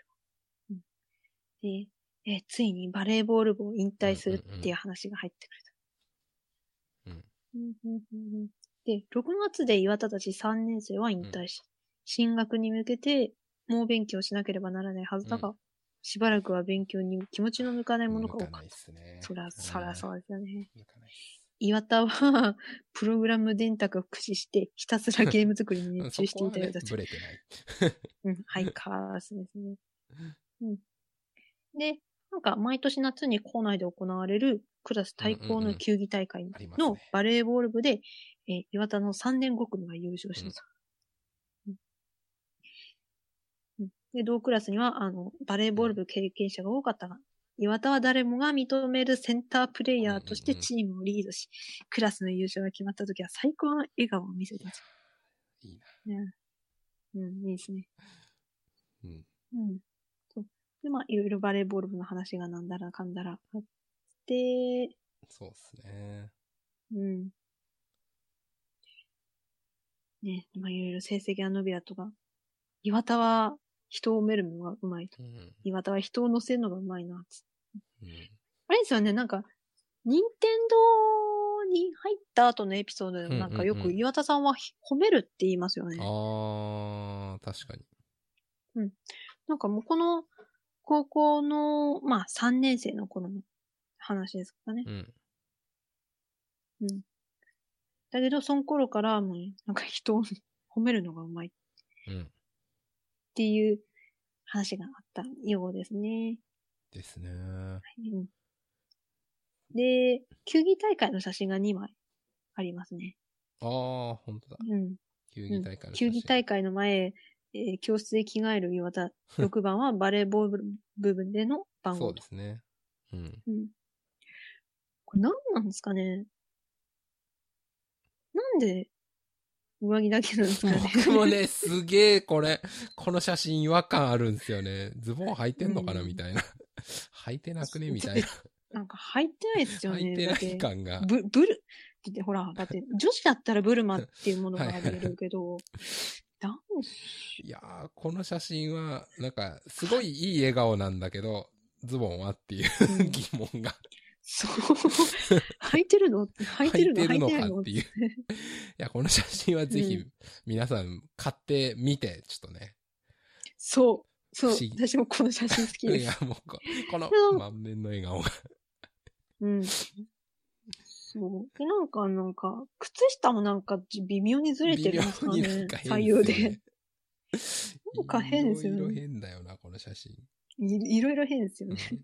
で、え、ついにバレーボール部を引退するっていう話が入ってくると。 うん。 うんうんうんうんで、ろくがつで岩田たちさんねん生は引退し、進学に向けて猛勉強しなければならないはずだが、 うんしばらくは勉強に気持ちの向かないものが多かった向かないっ。すね。 そら、そらそうですよね。 向かないっす。 岩田は、プログラム電卓を駆使して、ひたすらゲーム作りに熱中していたようだそこはね、ブレてない。 うん、ハイカースですね。うん。で、 なんか毎年夏に校内で行われるクラス対抗の球技大会のバレーボール部で、えー岩田のさんねんご組が優勝したと。うんうんで、同クラスには、あの、バレーボール部経験者が多かったが、岩田は誰もが認めるセンタープレイヤーとしてチームをリードし、クラスの優勝が決まった時は最高の笑顔を見せたと。 いいな。 ね、うん、いいですね。 うん。 うん。そう。で、まあ、いろいろバレーボール部の話がなんだらかんだらあって、 そうですね。 うん。ね、まあ、いろいろ成績が伸びたとか、岩田は人を埋めるのがうまいと。 うん。 岩田は人を乗せるのがうまいな、つ。 うん。 あれですよね、なんか、任天堂に入った後のエピソードでもなんかよく岩田さんは褒めるって言いますよね。 ああ、確かに。 うん。なんかもうこの高校の、まあさんねん生の頃の話ですかね。 うん。 うん。だけど、その頃からもう、なんか人を褒めるのがうまいうん。 っていう話があったようですね。 ですね。 うん、で、球技大会の写真がにまいありますね。 ああ、本当だ。 うん。 球技大会の写真。 球技大会の前、えー教室で着替える岩田。ろくばんはバレーボール部分での番号と。 そうですね。うん。 うん。これ何なんですかね。なんで上着だけなんですかね。 僕もね、すげえこれ、この写真違和感あるんですよね。ズボン履いてんのかな、 うんみたいな。履いてなくねみたいな。 なんか入ってないですよね。 履いてない感が。 ブ、ブル、だってほら、だって女子だったらブルマっていうものがあり得るけど、男子。 いやー、この写真は、なんか、すごいいい笑顔なんだけど、ズボンはっていう、うん、疑問が。 そう。履いてるの履いてるの履いてるのか履いてないのっていう。いや、この写真はぜひ、皆さん買ってみて、ちょっとね。 そう。そう。私もこの写真好きです。 いや、もうこ、この満面の笑顔が。 うん。そう。で、なんか、なんか、靴下もなんか微妙にずれてるんですかね。 微妙になんか変左右で。 なんか変ですよね。いろいろ変だよな、この写真。 い, いろいろ変ですよね。うん、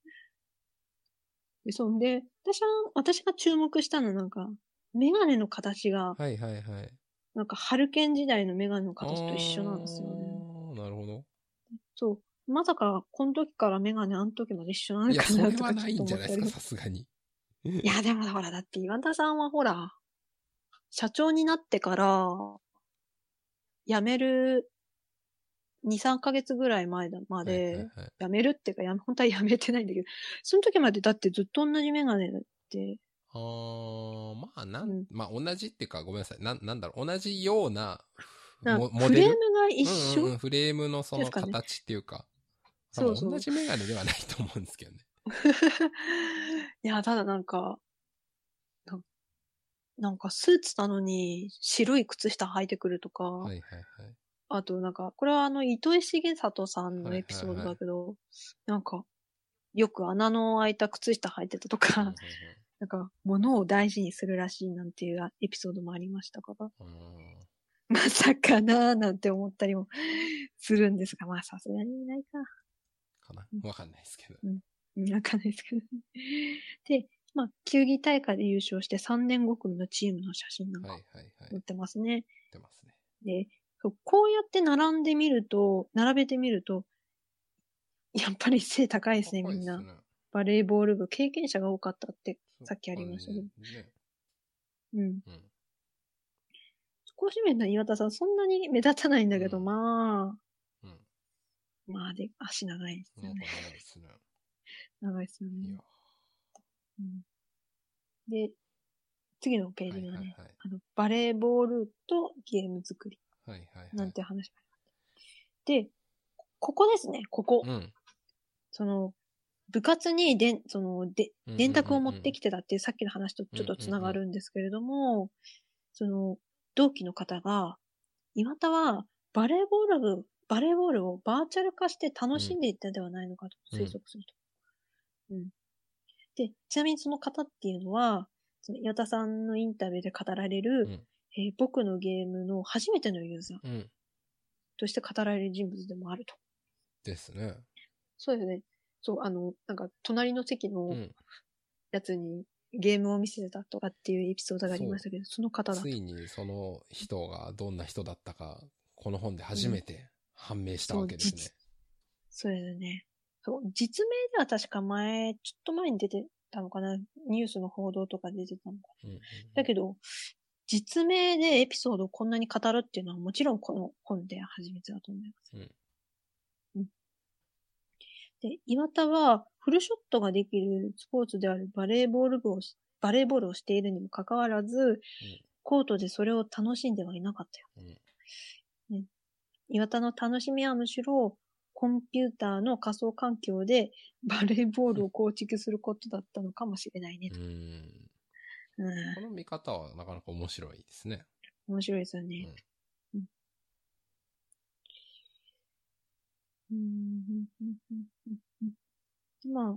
で、そんで、私は、私が注目したのはなんか、メガネの形が、 はいはいはい。 なんか、ハルケン時代のメガネの形と一緒なんですよね。 ああ、なるほど。 そう。まさか、この時からメガネあの時まで一緒なのかなとかちょっと思ったり。いや、それはないんじゃないですか、 さすがに。 いや、でもほら、だって岩田さんはほら、社長になってから、辞めるに、さんかげつぐらい前まで、はいはいはい、辞めるっていうか、や本当は辞めてないんだけど、その時までだってずっと同じメガネだって。 あー、まあ、なん、うん、まあ同じっていうか、ごめんなさい。な、なんだろう、同じようなモモデル。 フレームが一緒、 うんうんうん、フレームのその形っていうか、そうそう、同じメガネではないと思うんですけどね。 いや、ただなんか、な、なんかスーツなのに白い靴下履いてくるとか、はいはいはい。あとなんか、これはあの、糸井重里さんのエピソードだけど、はいはいはい、なんか、よく穴の開いた靴下履いてたとか、うんうんうん、なんか、物を大事にするらしいなんていうエピソードもありましたから、うん、まさかなーなんて思ったりもするんですが、まあさすがにいないか。 かな、わかんないですけど。 うん。わかんないですけど。で、まあ、球技大会で優勝してさんねんご組のチームの写真なんか載ってますね。 載ってますね。 で、こうやって並んでみると、並べてみると、やっぱり背高いですね、みんな。バレーボール部経験者が多かったって、さっきありましたけど。ね、うん。うん。少し目の岩田さん、そんなに目立たないんだけど、うん、まあ、うん、まあで、足長いですよね。長いですね。長いですよね。いや、うん、で、次のページがね、はいはいはい、あの、バレーボールとゲーム作り。はいはいはい。なんて話があります。で、ここですね、ここ。うん、その、部活にで、その、で、電卓を持ってきてたっていうさっきの話とちょっとつながるんですけれども、うんうんうん、その、同期の方が、岩田はバレーボール部、バレーボールをバーチャル化して楽しんでいったではないのかと推測すると。うん。うん、で、ちなみにその方っていうのは、その岩田さんのインタビューで語られる、うん、えー、僕のゲームの初めてのユーザー、うん、として語られる人物でもあると。 ですね。 そうですね。 そう、あの、なんか、隣の席のうん。 やつにゲームを見せてたとかっていうエピソードがありそう。 ましたけど、その方だった。 ついにその人がどんな人だったか、この本でうん。 初めて判明したそう、 わけですね。 実、そうですね。そう、実名では確か前、ちょっと前に出てたのかな。ニュースの報道とかで出てたのかうんうんな。だけど、実名でエピソードをこんなに語るっていうのはもちろんこの本で初めてだと思います。 うん。 うん。で、岩田はフルショットができるスポーツであるバレーボール部をし、バレーボールをしているにもかかわらず、 うんコートでそれを楽しんではいなかったよ。 うんね、岩田の楽しみはむしろ、コンピューターの仮想環境でバレーボールを構築することだったのかもしれないねうと。 ん。 うん、 この見方はなかなか面白いですね。 面白いですよね。 うん。 うんうんうんうんうんうん、まあ、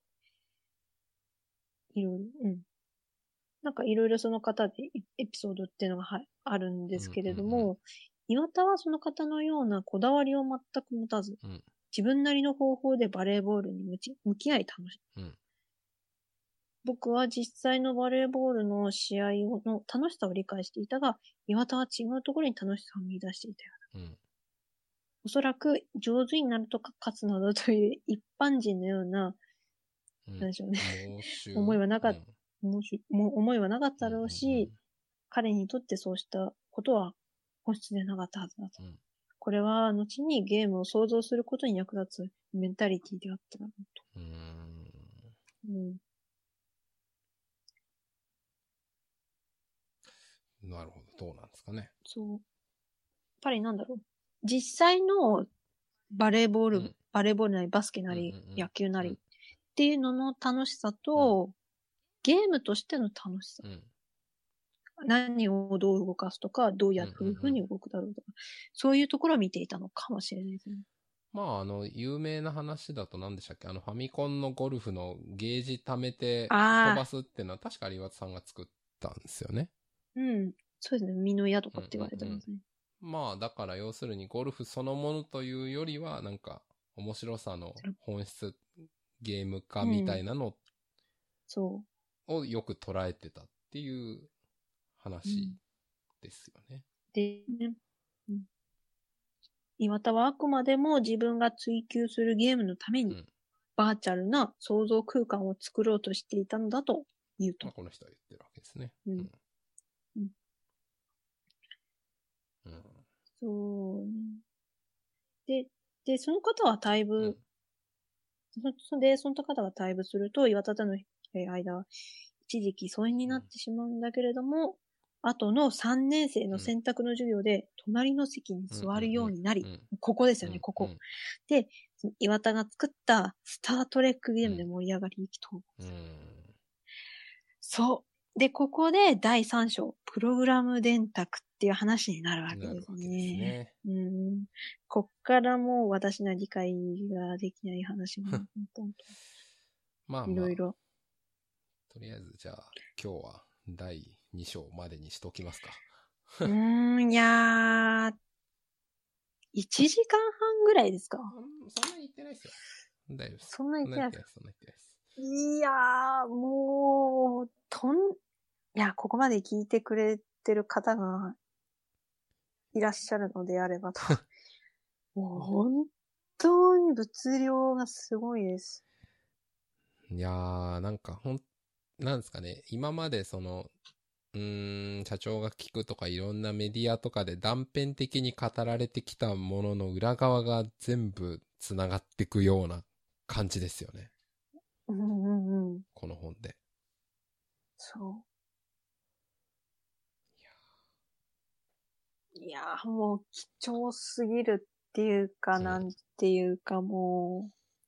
いろいろ、うん。なんかいろいろその方でエピソードっていうのがはあるんですけれうんうんども、岩田はその方のようなこだわりを全く持たず、 うん。 自分なりの方法でバレーボールに向き向き合い楽しい。 うん。 僕は実際のバレーボールの試合の楽しさを理解していたが、岩田は違うところに楽しさを見出していたよ。 うん。 おそらく上手になるとか勝つなどという一般人のような、 うん。 なんでしょうね。 猛襲。 思いはなかっうん。 もしも思いはなかっうんうたろうし、 ん彼にとってそうしたことは本質でなかったはずだと。 うん。 これは後にゲームを想像することに役立つメンタリティであっただろうと。 うん。 うん。 なるほど。どうなんですかね。 そう。やっぱりなんだろう。実際のバレーボール、 うん。 バレーボールなりバスケうんうんなりうん。 野球なりっうん。 ていうのの楽しさうん。 と、ゲームとしての楽しさ。 うん。 何をどう動かすとか、どううんやっていうふうん。 うに動くだろうとか、そういうところを見ていたのかもしれないですね。 まあ、あの、有名な話だと何でしたっけあの、ファミコンのゴルフのゲージ貯めて飛ばああ、 すっていうのは確か有松さんが作ったんですよね。 うん。そうですね。身の矢とうんかって言われてうんますね。 うん。まあ、だから要するにゴルフそのものというよりは、なんか、面白さの本質、ゲーム化みたうん。 いなのそをよく捉えてたっていうう。う話ん。 ですよね。 で、ね、うん、岩田はあくまでも自分が追求するゲームのために、 うん。 バーチャルな想像空間を作ろうとしていたのだと言うと。 まあ、この人は言ってるわけですね。 うん。うん、 うん。 そうね。で、で、その方は退うん。 部、そそで、その方が退部すると、岩田とのえー間は一時期疎遠にうん。 なってしまうんだけれども、後のさんねん生うん。 の選択の授業で、隣の席にうん。 座るようになり、 うん。 ここですよね、 うん。 ここ。 うん。 で、その岩田が作ったスタートレックゲームでうん。 盛り上がり意気投合。 うん。 そう。で、ここでだいさん章、プログラム電卓っていう話になるわけですなるわけですね。 ね。 うん。こっからもう私の理解ができない話が、ポンポンと。 まあまあ、 いろいろ。 とりあえずじゃあ今日はだいに章までにしときますか。 うーん、いやー、いちじかんはんぐらいですか？ うん、そんなに言ってないですよ。大丈夫です。 そんなそ言ってないですか？ んな言ってないです。そんな言ってないです。 いやー、もう、とん、いや、ここまで聞いてくれてる方がいらっしゃるのであればと。もう本当に物量がすごいです。 いやー、なんかほん、なんですかね。今までその、うーん、社長が聞くとかいろんなメディアとかで断片的に語られてきたものの裏側が全部繋がってくような感じですよね。 うんうんうん。 この本で。 そう。いやー、もう貴重すぎるっていうか、 うんなんていうかも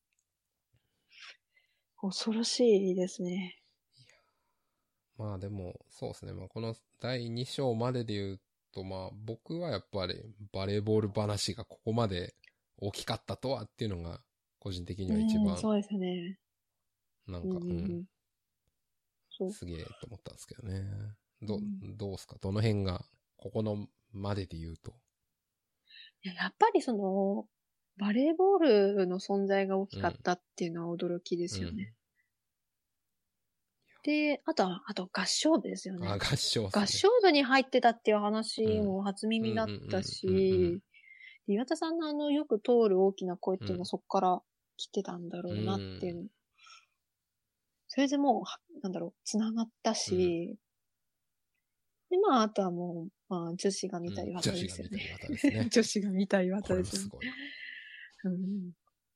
う、恐ろしいですね。 まあでも、そうですね。まあこのだいに章までで言うと、まあ僕はやっぱりバレーボール話がここまで大きかったとはっていうのが個人的には一うん、 番そうですね。 なんか、 うんうんうん、 うん。そう。 すげえと思ったんですけどね。ど、 うん、 どうすかどの辺が、ここのまでで言うと。 いや、やっぱりその、 バレーボールの存在が大きかったっていうのは驚きですよね。 うんで、あとは、あと合唱部ですよね。 あ、合唱っすね。 合唱部に入ってたっていう話うんも初耳だったうんうんうんうんうんし、で岩田さんのあの、よく通る大きな声っていうのうんはそこから来てたんだろうなっていうの。 うんそれでもうは、なんだろう、繋がったし、で、まあ、あとはもう、まあ、女子が見た岩田女子ですよね。 が見た岩田ですね。 女子が見た岩こ田ですよね。 れもすごい。 うん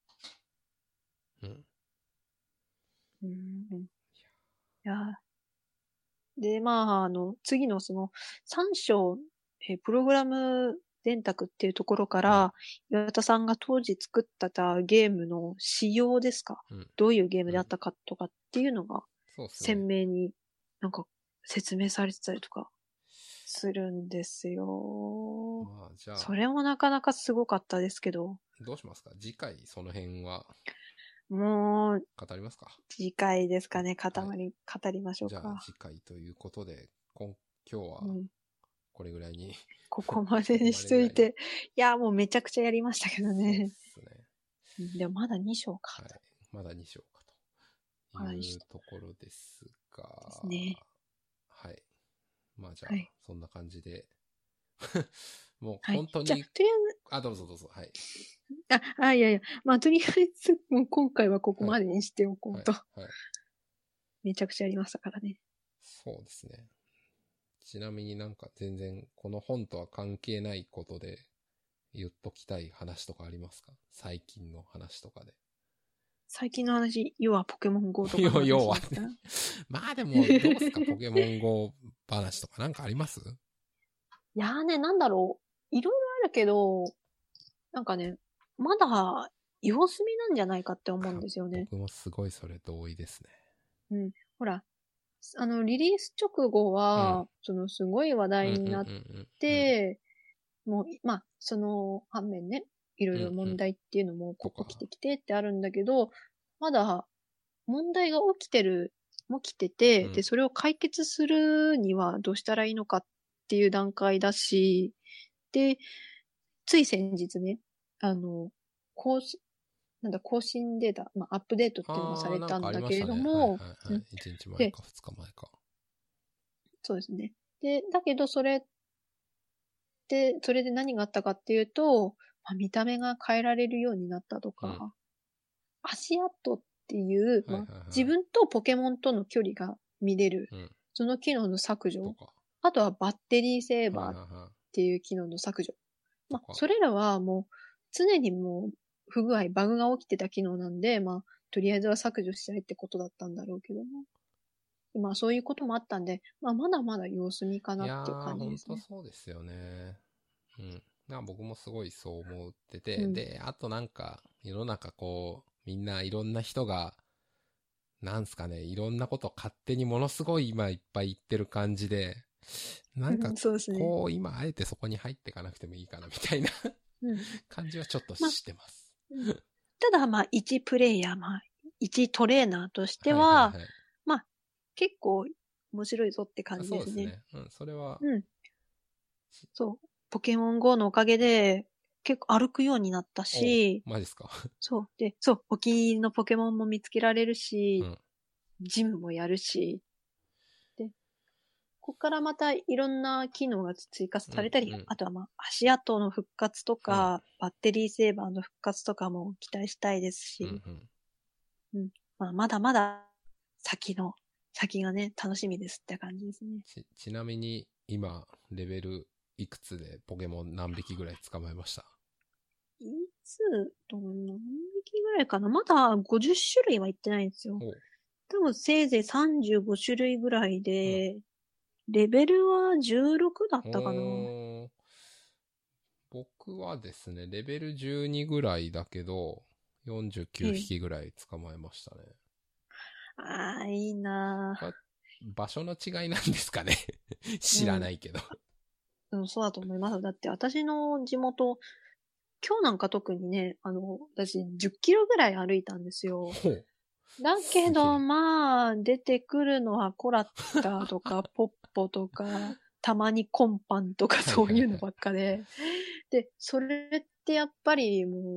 うんうんうんいや、で、まあ、あの、次のその、さん章、えープログラム電卓っていうところかうんら、岩田さんが当時作ったたゲームの仕様ですか、 うんどういうゲームであったかとかっていうのが、 そうっす鮮ね。 明になんか説明されてたりとかするんですよ。 まあ、じゃあ、 それもなかなかすごかったですけど、 どうしますか次回その辺はもう、 語りますか次回ですかね、 はい語り、語りましょうじゃあか。 次回ということで、今今日はうんこれぐらいに、 ここまでにしといて。いや、もうめちゃくちゃやりましたけどそうでね。 すね。 うんでもまだに章か。 はい。まだに章かまだに章というところですが、 ですね。 はい。まあじゃあ、 はいそんな感じで、もうはい。 本当に、 じゃあ、とりあえず、 あ、どうぞどうぞ、はい。 あ、あ、いやいや、まあ、とりあえず、もう今回はここまでにしておこはい。 うと。 はい。 めちゃくちゃやりましたからね。 そうですね。ちなみになんか全然この本とは関係ないことで言っときたい話とかありますか最近の話とかで。 最近の話、要はポケモン ゴー とかの話要はですか。 まあでも、どうすかポケモン ゴー 話とかなんかありますいやーね、なんだろう。いろいろあるけど、なんかね、まだ様子見なんじゃないかって思うんですよね。 僕もすごいそれ同意ですね。 うん。ほら、あの、リリース直後は、 うんその、すごい話題になっうんうんうんうんて、もう、まあ、その反面ね、いろいろ問題っていうのもとか起きてきてってあるんだけど、まだ問題が起きてる、起きてて、 うんで、それを解決するにはどうしたらいいのかっていう段階だし、で、つい先日ね、あの、更新、なんだ、更新データ、まあ、アップデートっていうのがさああ、 れなんかありたんだけれましたね。はいども、 はいはいうん。 いちにちまえで、 かふつかまえか。 そうですね。で、だけどそれで、それで何があったかっていうと、まあ、見た目が変えられるようになったとか、 うん足跡っていう、まあはいはいはい自分とポケモンとの距離が見れる、 うん。 その機能の削除、 とか。 あとはバッテリーセーバーっはいはいはい。 ていう機能の削除。まあ、 とかそれらはもう常にもう不具合、バグが起きてた機能なんで、まあ、とりあえずは削除したいってことだったんだろうけども。まあ、そういうこともあったんで、まあ、まだまだ様子見かいやなっていうー、ほんと感じですね。 そうですよね。うん。な僕もすごいそう思ってて、 うんで、あとなんか、世の中こう、みんないろんな人が、なんすかね、いろんなこと勝手にものすごい今いっぱい言ってる感じで、なんかうん、そうですね。 こう、今あえてそこに入っていかなくてもいいかなみたいなうん。 感じはちょっとまあしてます。 うんただ、まあ、一プレイヤー、まあ、一トレーナーとしては、 はいはいはい。 まあ、結構面白いぞって感じそうでね。 ですすね。うん、それは、 うん。そう。ポケモン ゴー のおかげで、結構歩くようになったし、 おマジっすか。 そう。で、そう、お気に入りのポケモンも見つけられるうし、 ん。 ジムもやるし、で、ここからまたいろんな機能が追加されたり、 うんうんあとはまあ、足跡の復活とか、バッテリーセーバーの復活とかも期待したいですし、 うんうん。 うん。まあ、まだまだ先の、先がね、楽しみですって感じですね。 ち、ちなみに、今、レベルいくつでポケモン何匹ぐらい捕まえましたいつ、どん何匹ぐらいかなまだごじゅっ種類はいってないんですよ。 お多分せいぜいさんじゅうご種類ぐらいで、レベルはじゅうろくだったかな。 おー僕はですね、レベルじゅうにぐらいだけど、よんじゅうきゅう匹ぐらい捕まえましたね。 ああ、いいなこれ場所の違いなんですかね知らないけど。 うん、そうだと思います。だって私の地元、今日なんか特にね、あの、私じゅっキロぐらい歩いたんですよ。 ほう。 だけすげえど、まあ、出てくるのはコラッタとか、ポッポとか、たまにコンパンとかはいはいはいそういうのばっかで。で、それってやっぱりもう、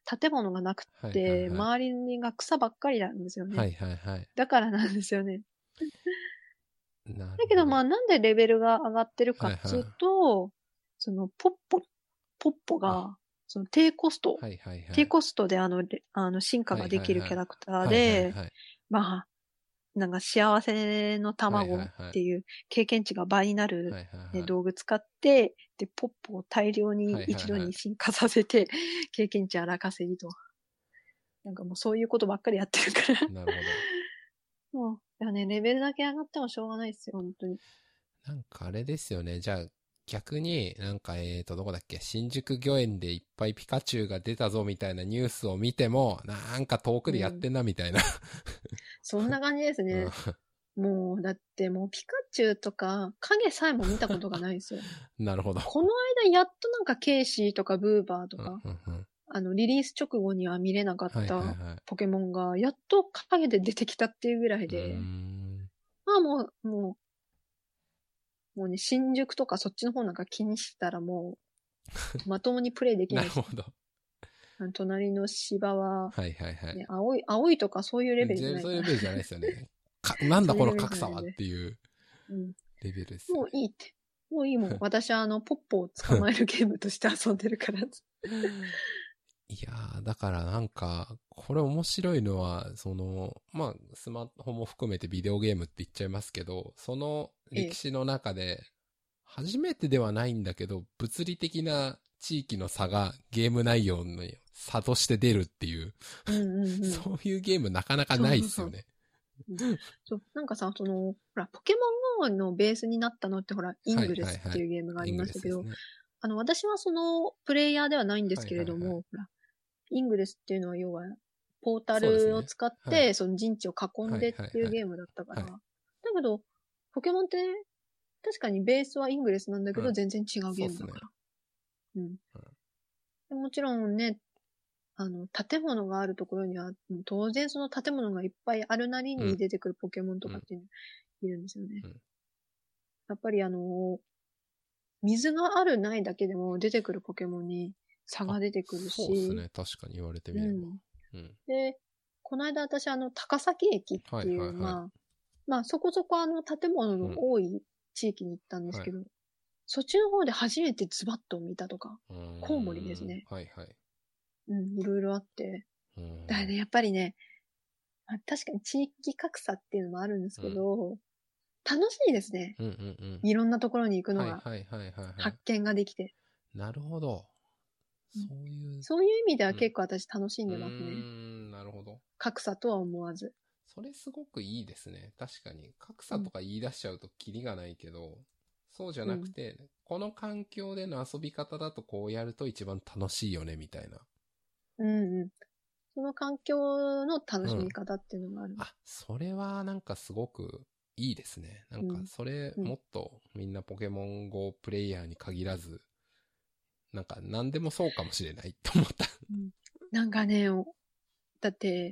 建物がなくはいはいて、 はい。 周りが草ばっかりなんですよね。 はいはいはい。 だからなんですよね。 なるだけどまあほど。 なんでレベルが上がってるかはいはい。 っつうと、そのポッポ、ポッポあ、 が、その低コスト、 はいはいはい。 低コストであの、レあの進化はいができるはいはい。 キャラクターはいはいで、 はい。 まあ、なんか幸せのはいはい卵っはい。 ていう経験値が倍になる、 はいはいね、 はい。 道具使って、で、ポッポを大量にはいはい一度はい。 に進化させて、経験値荒稼ぎと。なんかもうそういうことばっかりやってるから。 なるほど。 もう、だからね、レベルだけ上がってもしょうがないですよ、本当に。 なんかあれですよね。じゃあ、逆になんかえーと、どこだっけ、新宿御苑でいっぱいピカチュウが出たぞみたいなニュースを見ても、なんか遠くでやってんなみたいな。 そんな感じですうん。 ね。もう、だってもうピカチュウとか影さえも見たことがないですよ。 なるほど。 この間やっとなんかケイシーとかブーバーとうんか、 うんうん。 あの、リリース直後には見れなかっはいはいたはい。 ポケモンが、やっと影で出てきたっていうぐらいうーで、 ん。 まあもう、もう、もうね、新宿とかそっちの方なんか気にしたらもう、まともにプレイできないですよ。 なるほど。 あの隣の芝は、 はいはいはい。 ね、青い、青いとかそういうレベルじゃ全ないから。 そういうレベルじゃないですよね。か、なんだこそういうレベルじの格差はっゃないんで。 ていううん。 レベルですよもういいって。もういいもん。私はあの、ポッポを捕まえるゲームとして遊んでるから。 ね。いやー、だからなんか、これ面白いのは、その、まあ、スマホも含めてビデオゲームって言っちゃいますけど、そのええ。 歴史の中で、初めてではないんだけど、物理的な地域の差がゲーム内容の差として出るっていう、 うんうんうん。 そういうゲームなかなかないそうそうそう。 っすよね。 うん、そう、なんかさ、その、ほら、ポケモン ゴー のベースになったのってほら、イはングレいはいはい。 スっていうゲームがありイングましたけど、 レスですね。 あの、私はその、プレイヤーではないんですはいはいはい。 けれども、ほら、イングレスっていうのは要は、ポータそうですね。 ルを使っはい。 て、その陣地を囲んはいでっはいはい。 ていうゲームだったから、 はい。 だけど、ポケモンって、確かにベースはイングレスなんだけど、 うん。 全然違うそうっすね。 ゲームだから。うん。 うん。 でもちろんね、あの、建物があるところには、当然その建物がいっぱいあるなりうん。 に出てくるポケモンとうん。 かっていうのいるんですよね。 うん。 やっぱりあの、水があるないだけでも出てくるポケモンに差あ、 が出てくるし、 そうっすね。確かに言われてみれば。 うん。 うん。 で、この間私あの、高崎駅っはいていう、 はいはい。 まあ、まあそこそこあの建物のうん。 多い地域に行ったんですはい。 けど、そっちの方で初めてズバッと見たとか、 うーコウモリですん。 ね。 はいはい。 うん、いろいろあって。 うーん。 だからね、やっぱりね、まあ、確かに地域格差っていうのもあるんですうん。 けど、楽しいですね。 うんうんうん。 いろんなところに行くのはいが、 はいはいはいはい。 発見ができて。 なるほど。 うん、 そういう、 そういう意味ではうん。 結構私楽しんうーでますね。 ん、なるほど。 格差とは思わず。 それすごくいいですね。確かに。格うん。 差とか言い出しちゃうとキリがないけど、そうじゃうん。 なくて、この環境での遊び方だとこうやると一番楽しいよね、みたいな。 うんうん。その環境の楽しみうん。 方っていうのがある。 あ、それはなんかすごくいいですね。なんかうん。 それうん。 もっとみんなポケモン ゴー プレイヤーに限らず、なんか何でもそうかもしれないと思った。 うん、なんかね、だって、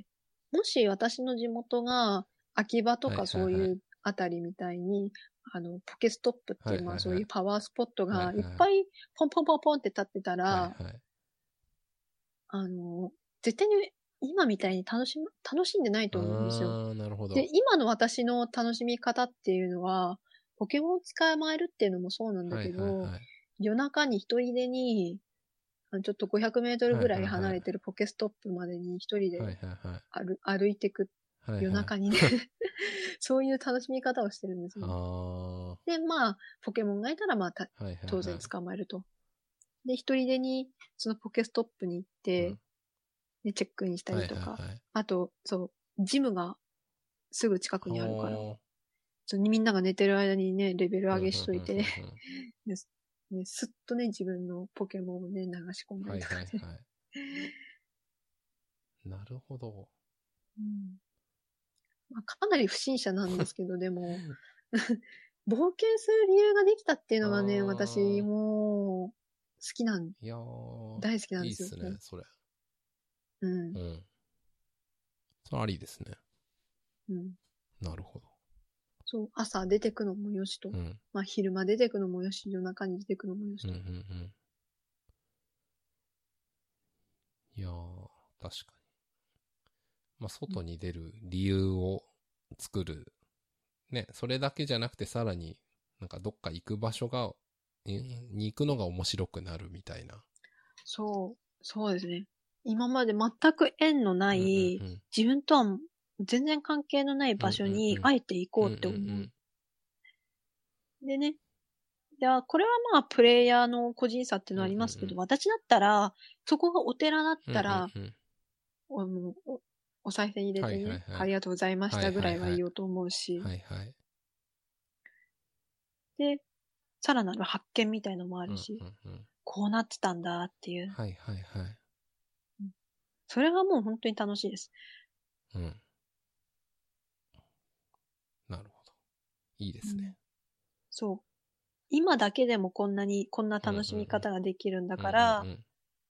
もし私の地元が秋葉とはいかはいはい。 そういうあたりみたいに、あの、ポケストップっていう、まあそういうはいはいはい。 パワースポットはいがいっはいはい。 ぱいポンポンポンポンって立ってたら、 はいはい。 あの、絶対に今みたいに楽しむ、楽しんでないと思うんですよ。 あー、なるほで、 ど。 今の私の楽しみ方っていうのは、ポケモン捕まえるっていうのもそうなんだはいけど、 はいはい。 夜中に一人でに、あのちょっとごひゃくメートルはいぐらいはいはい。 離れてるポケストップまでに一人ではいはいはい。 歩歩いてくはいはい。 夜中にねそういう楽しみ方をしてるんですあね。 ー。はで、まあ、ポケモンがいたら、まあ、たいはいはい。 当然捕まえると。で、一人でに、そのポケストップに行っうん。 て、で、チェックインしたはいりとか。 はいはい。 あと、そう、ジムがすぐ近くにあるから、 ほー。 そうみんなが寝てる間にね、レベルふ上げんふんふんふしといてんふん。 で、ね、すっとね、自分のポケモンをね、流し込んだはいりとかね。 はいはい。なるほど。 うん、まあ、かなり不審者なんですけど、でも、冒険する理由ができたっていうあのがね、私ー。 もう、好きなん、 いやー、 大好きなんですよ。 いいっすね、それ。 うん。 うん。それありですね。 うん。 なるほど。 そう、朝出てくのもよしと。 うん。 まあ、昼間出てくのもよし、夜中に出てくのもよしうんうと。 んうん。 いやー、確かに。まあ、外に出る理由を作る。ね、それだけじゃなくてさらになんかどっか行く場所が、に行くのが面白くなるみたいな。 そう、そうですね。今まで全く縁のなうんうんい、 うん。 自分とは全然関係のない場所うんうんうん。 にあえて行こうって思うんうんうう。 ん。 でね、で、あこれはまあ、プレイヤーの個人差っていうのはありますけど、私だったら、そこがお寺だっうんうたら、 んうん。 おもうおお賽銭入れはいてね、 はいはい。 ありがとうございましはいたぐらいははいはい。 言おうと思うし、 はいはい。 で、さらなる発見みたいのもあうんうんるし、 うん。 こうなってたんだっていう。 はいはいはい。 うんそれがもう本当に楽しいです。 うん。なるほど。いいでうん、 すね。 そう。今だけでもこんなに、こんなうんうん楽しみ方ができるんだうん。うんから、 うん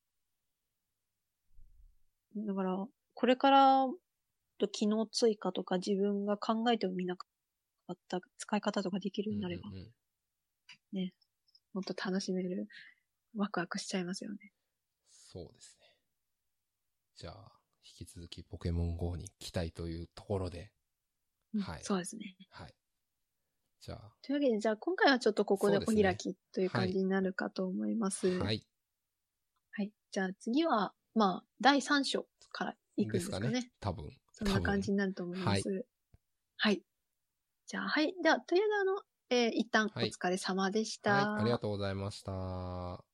だから、これからと機能追加とか自分が考えてもみなかった使い方とかできるうん。うんようになれば、 うんうん。 ね、もっと楽しめる、ワクワクしちゃいますよね。 そうですね。じゃあ、引き続きポケモン ゴー に期待というところで。 うん、 はい。 そうですね。 はい。じゃあ、 というわけで、じゃあ今回はちょっとここでおそうですね。 開きというはい。 感じになるかと思います。 はい。 はい。じゃあ次は、まあ、だいさん章から行くですかね。 んですかね。 多分。 そんな感じになると思いまはい。 す。はい。じゃあ、はい。では、とりあえずあの、えー一旦はい。 お疲れ様でしはい。ありがた。 とうございました。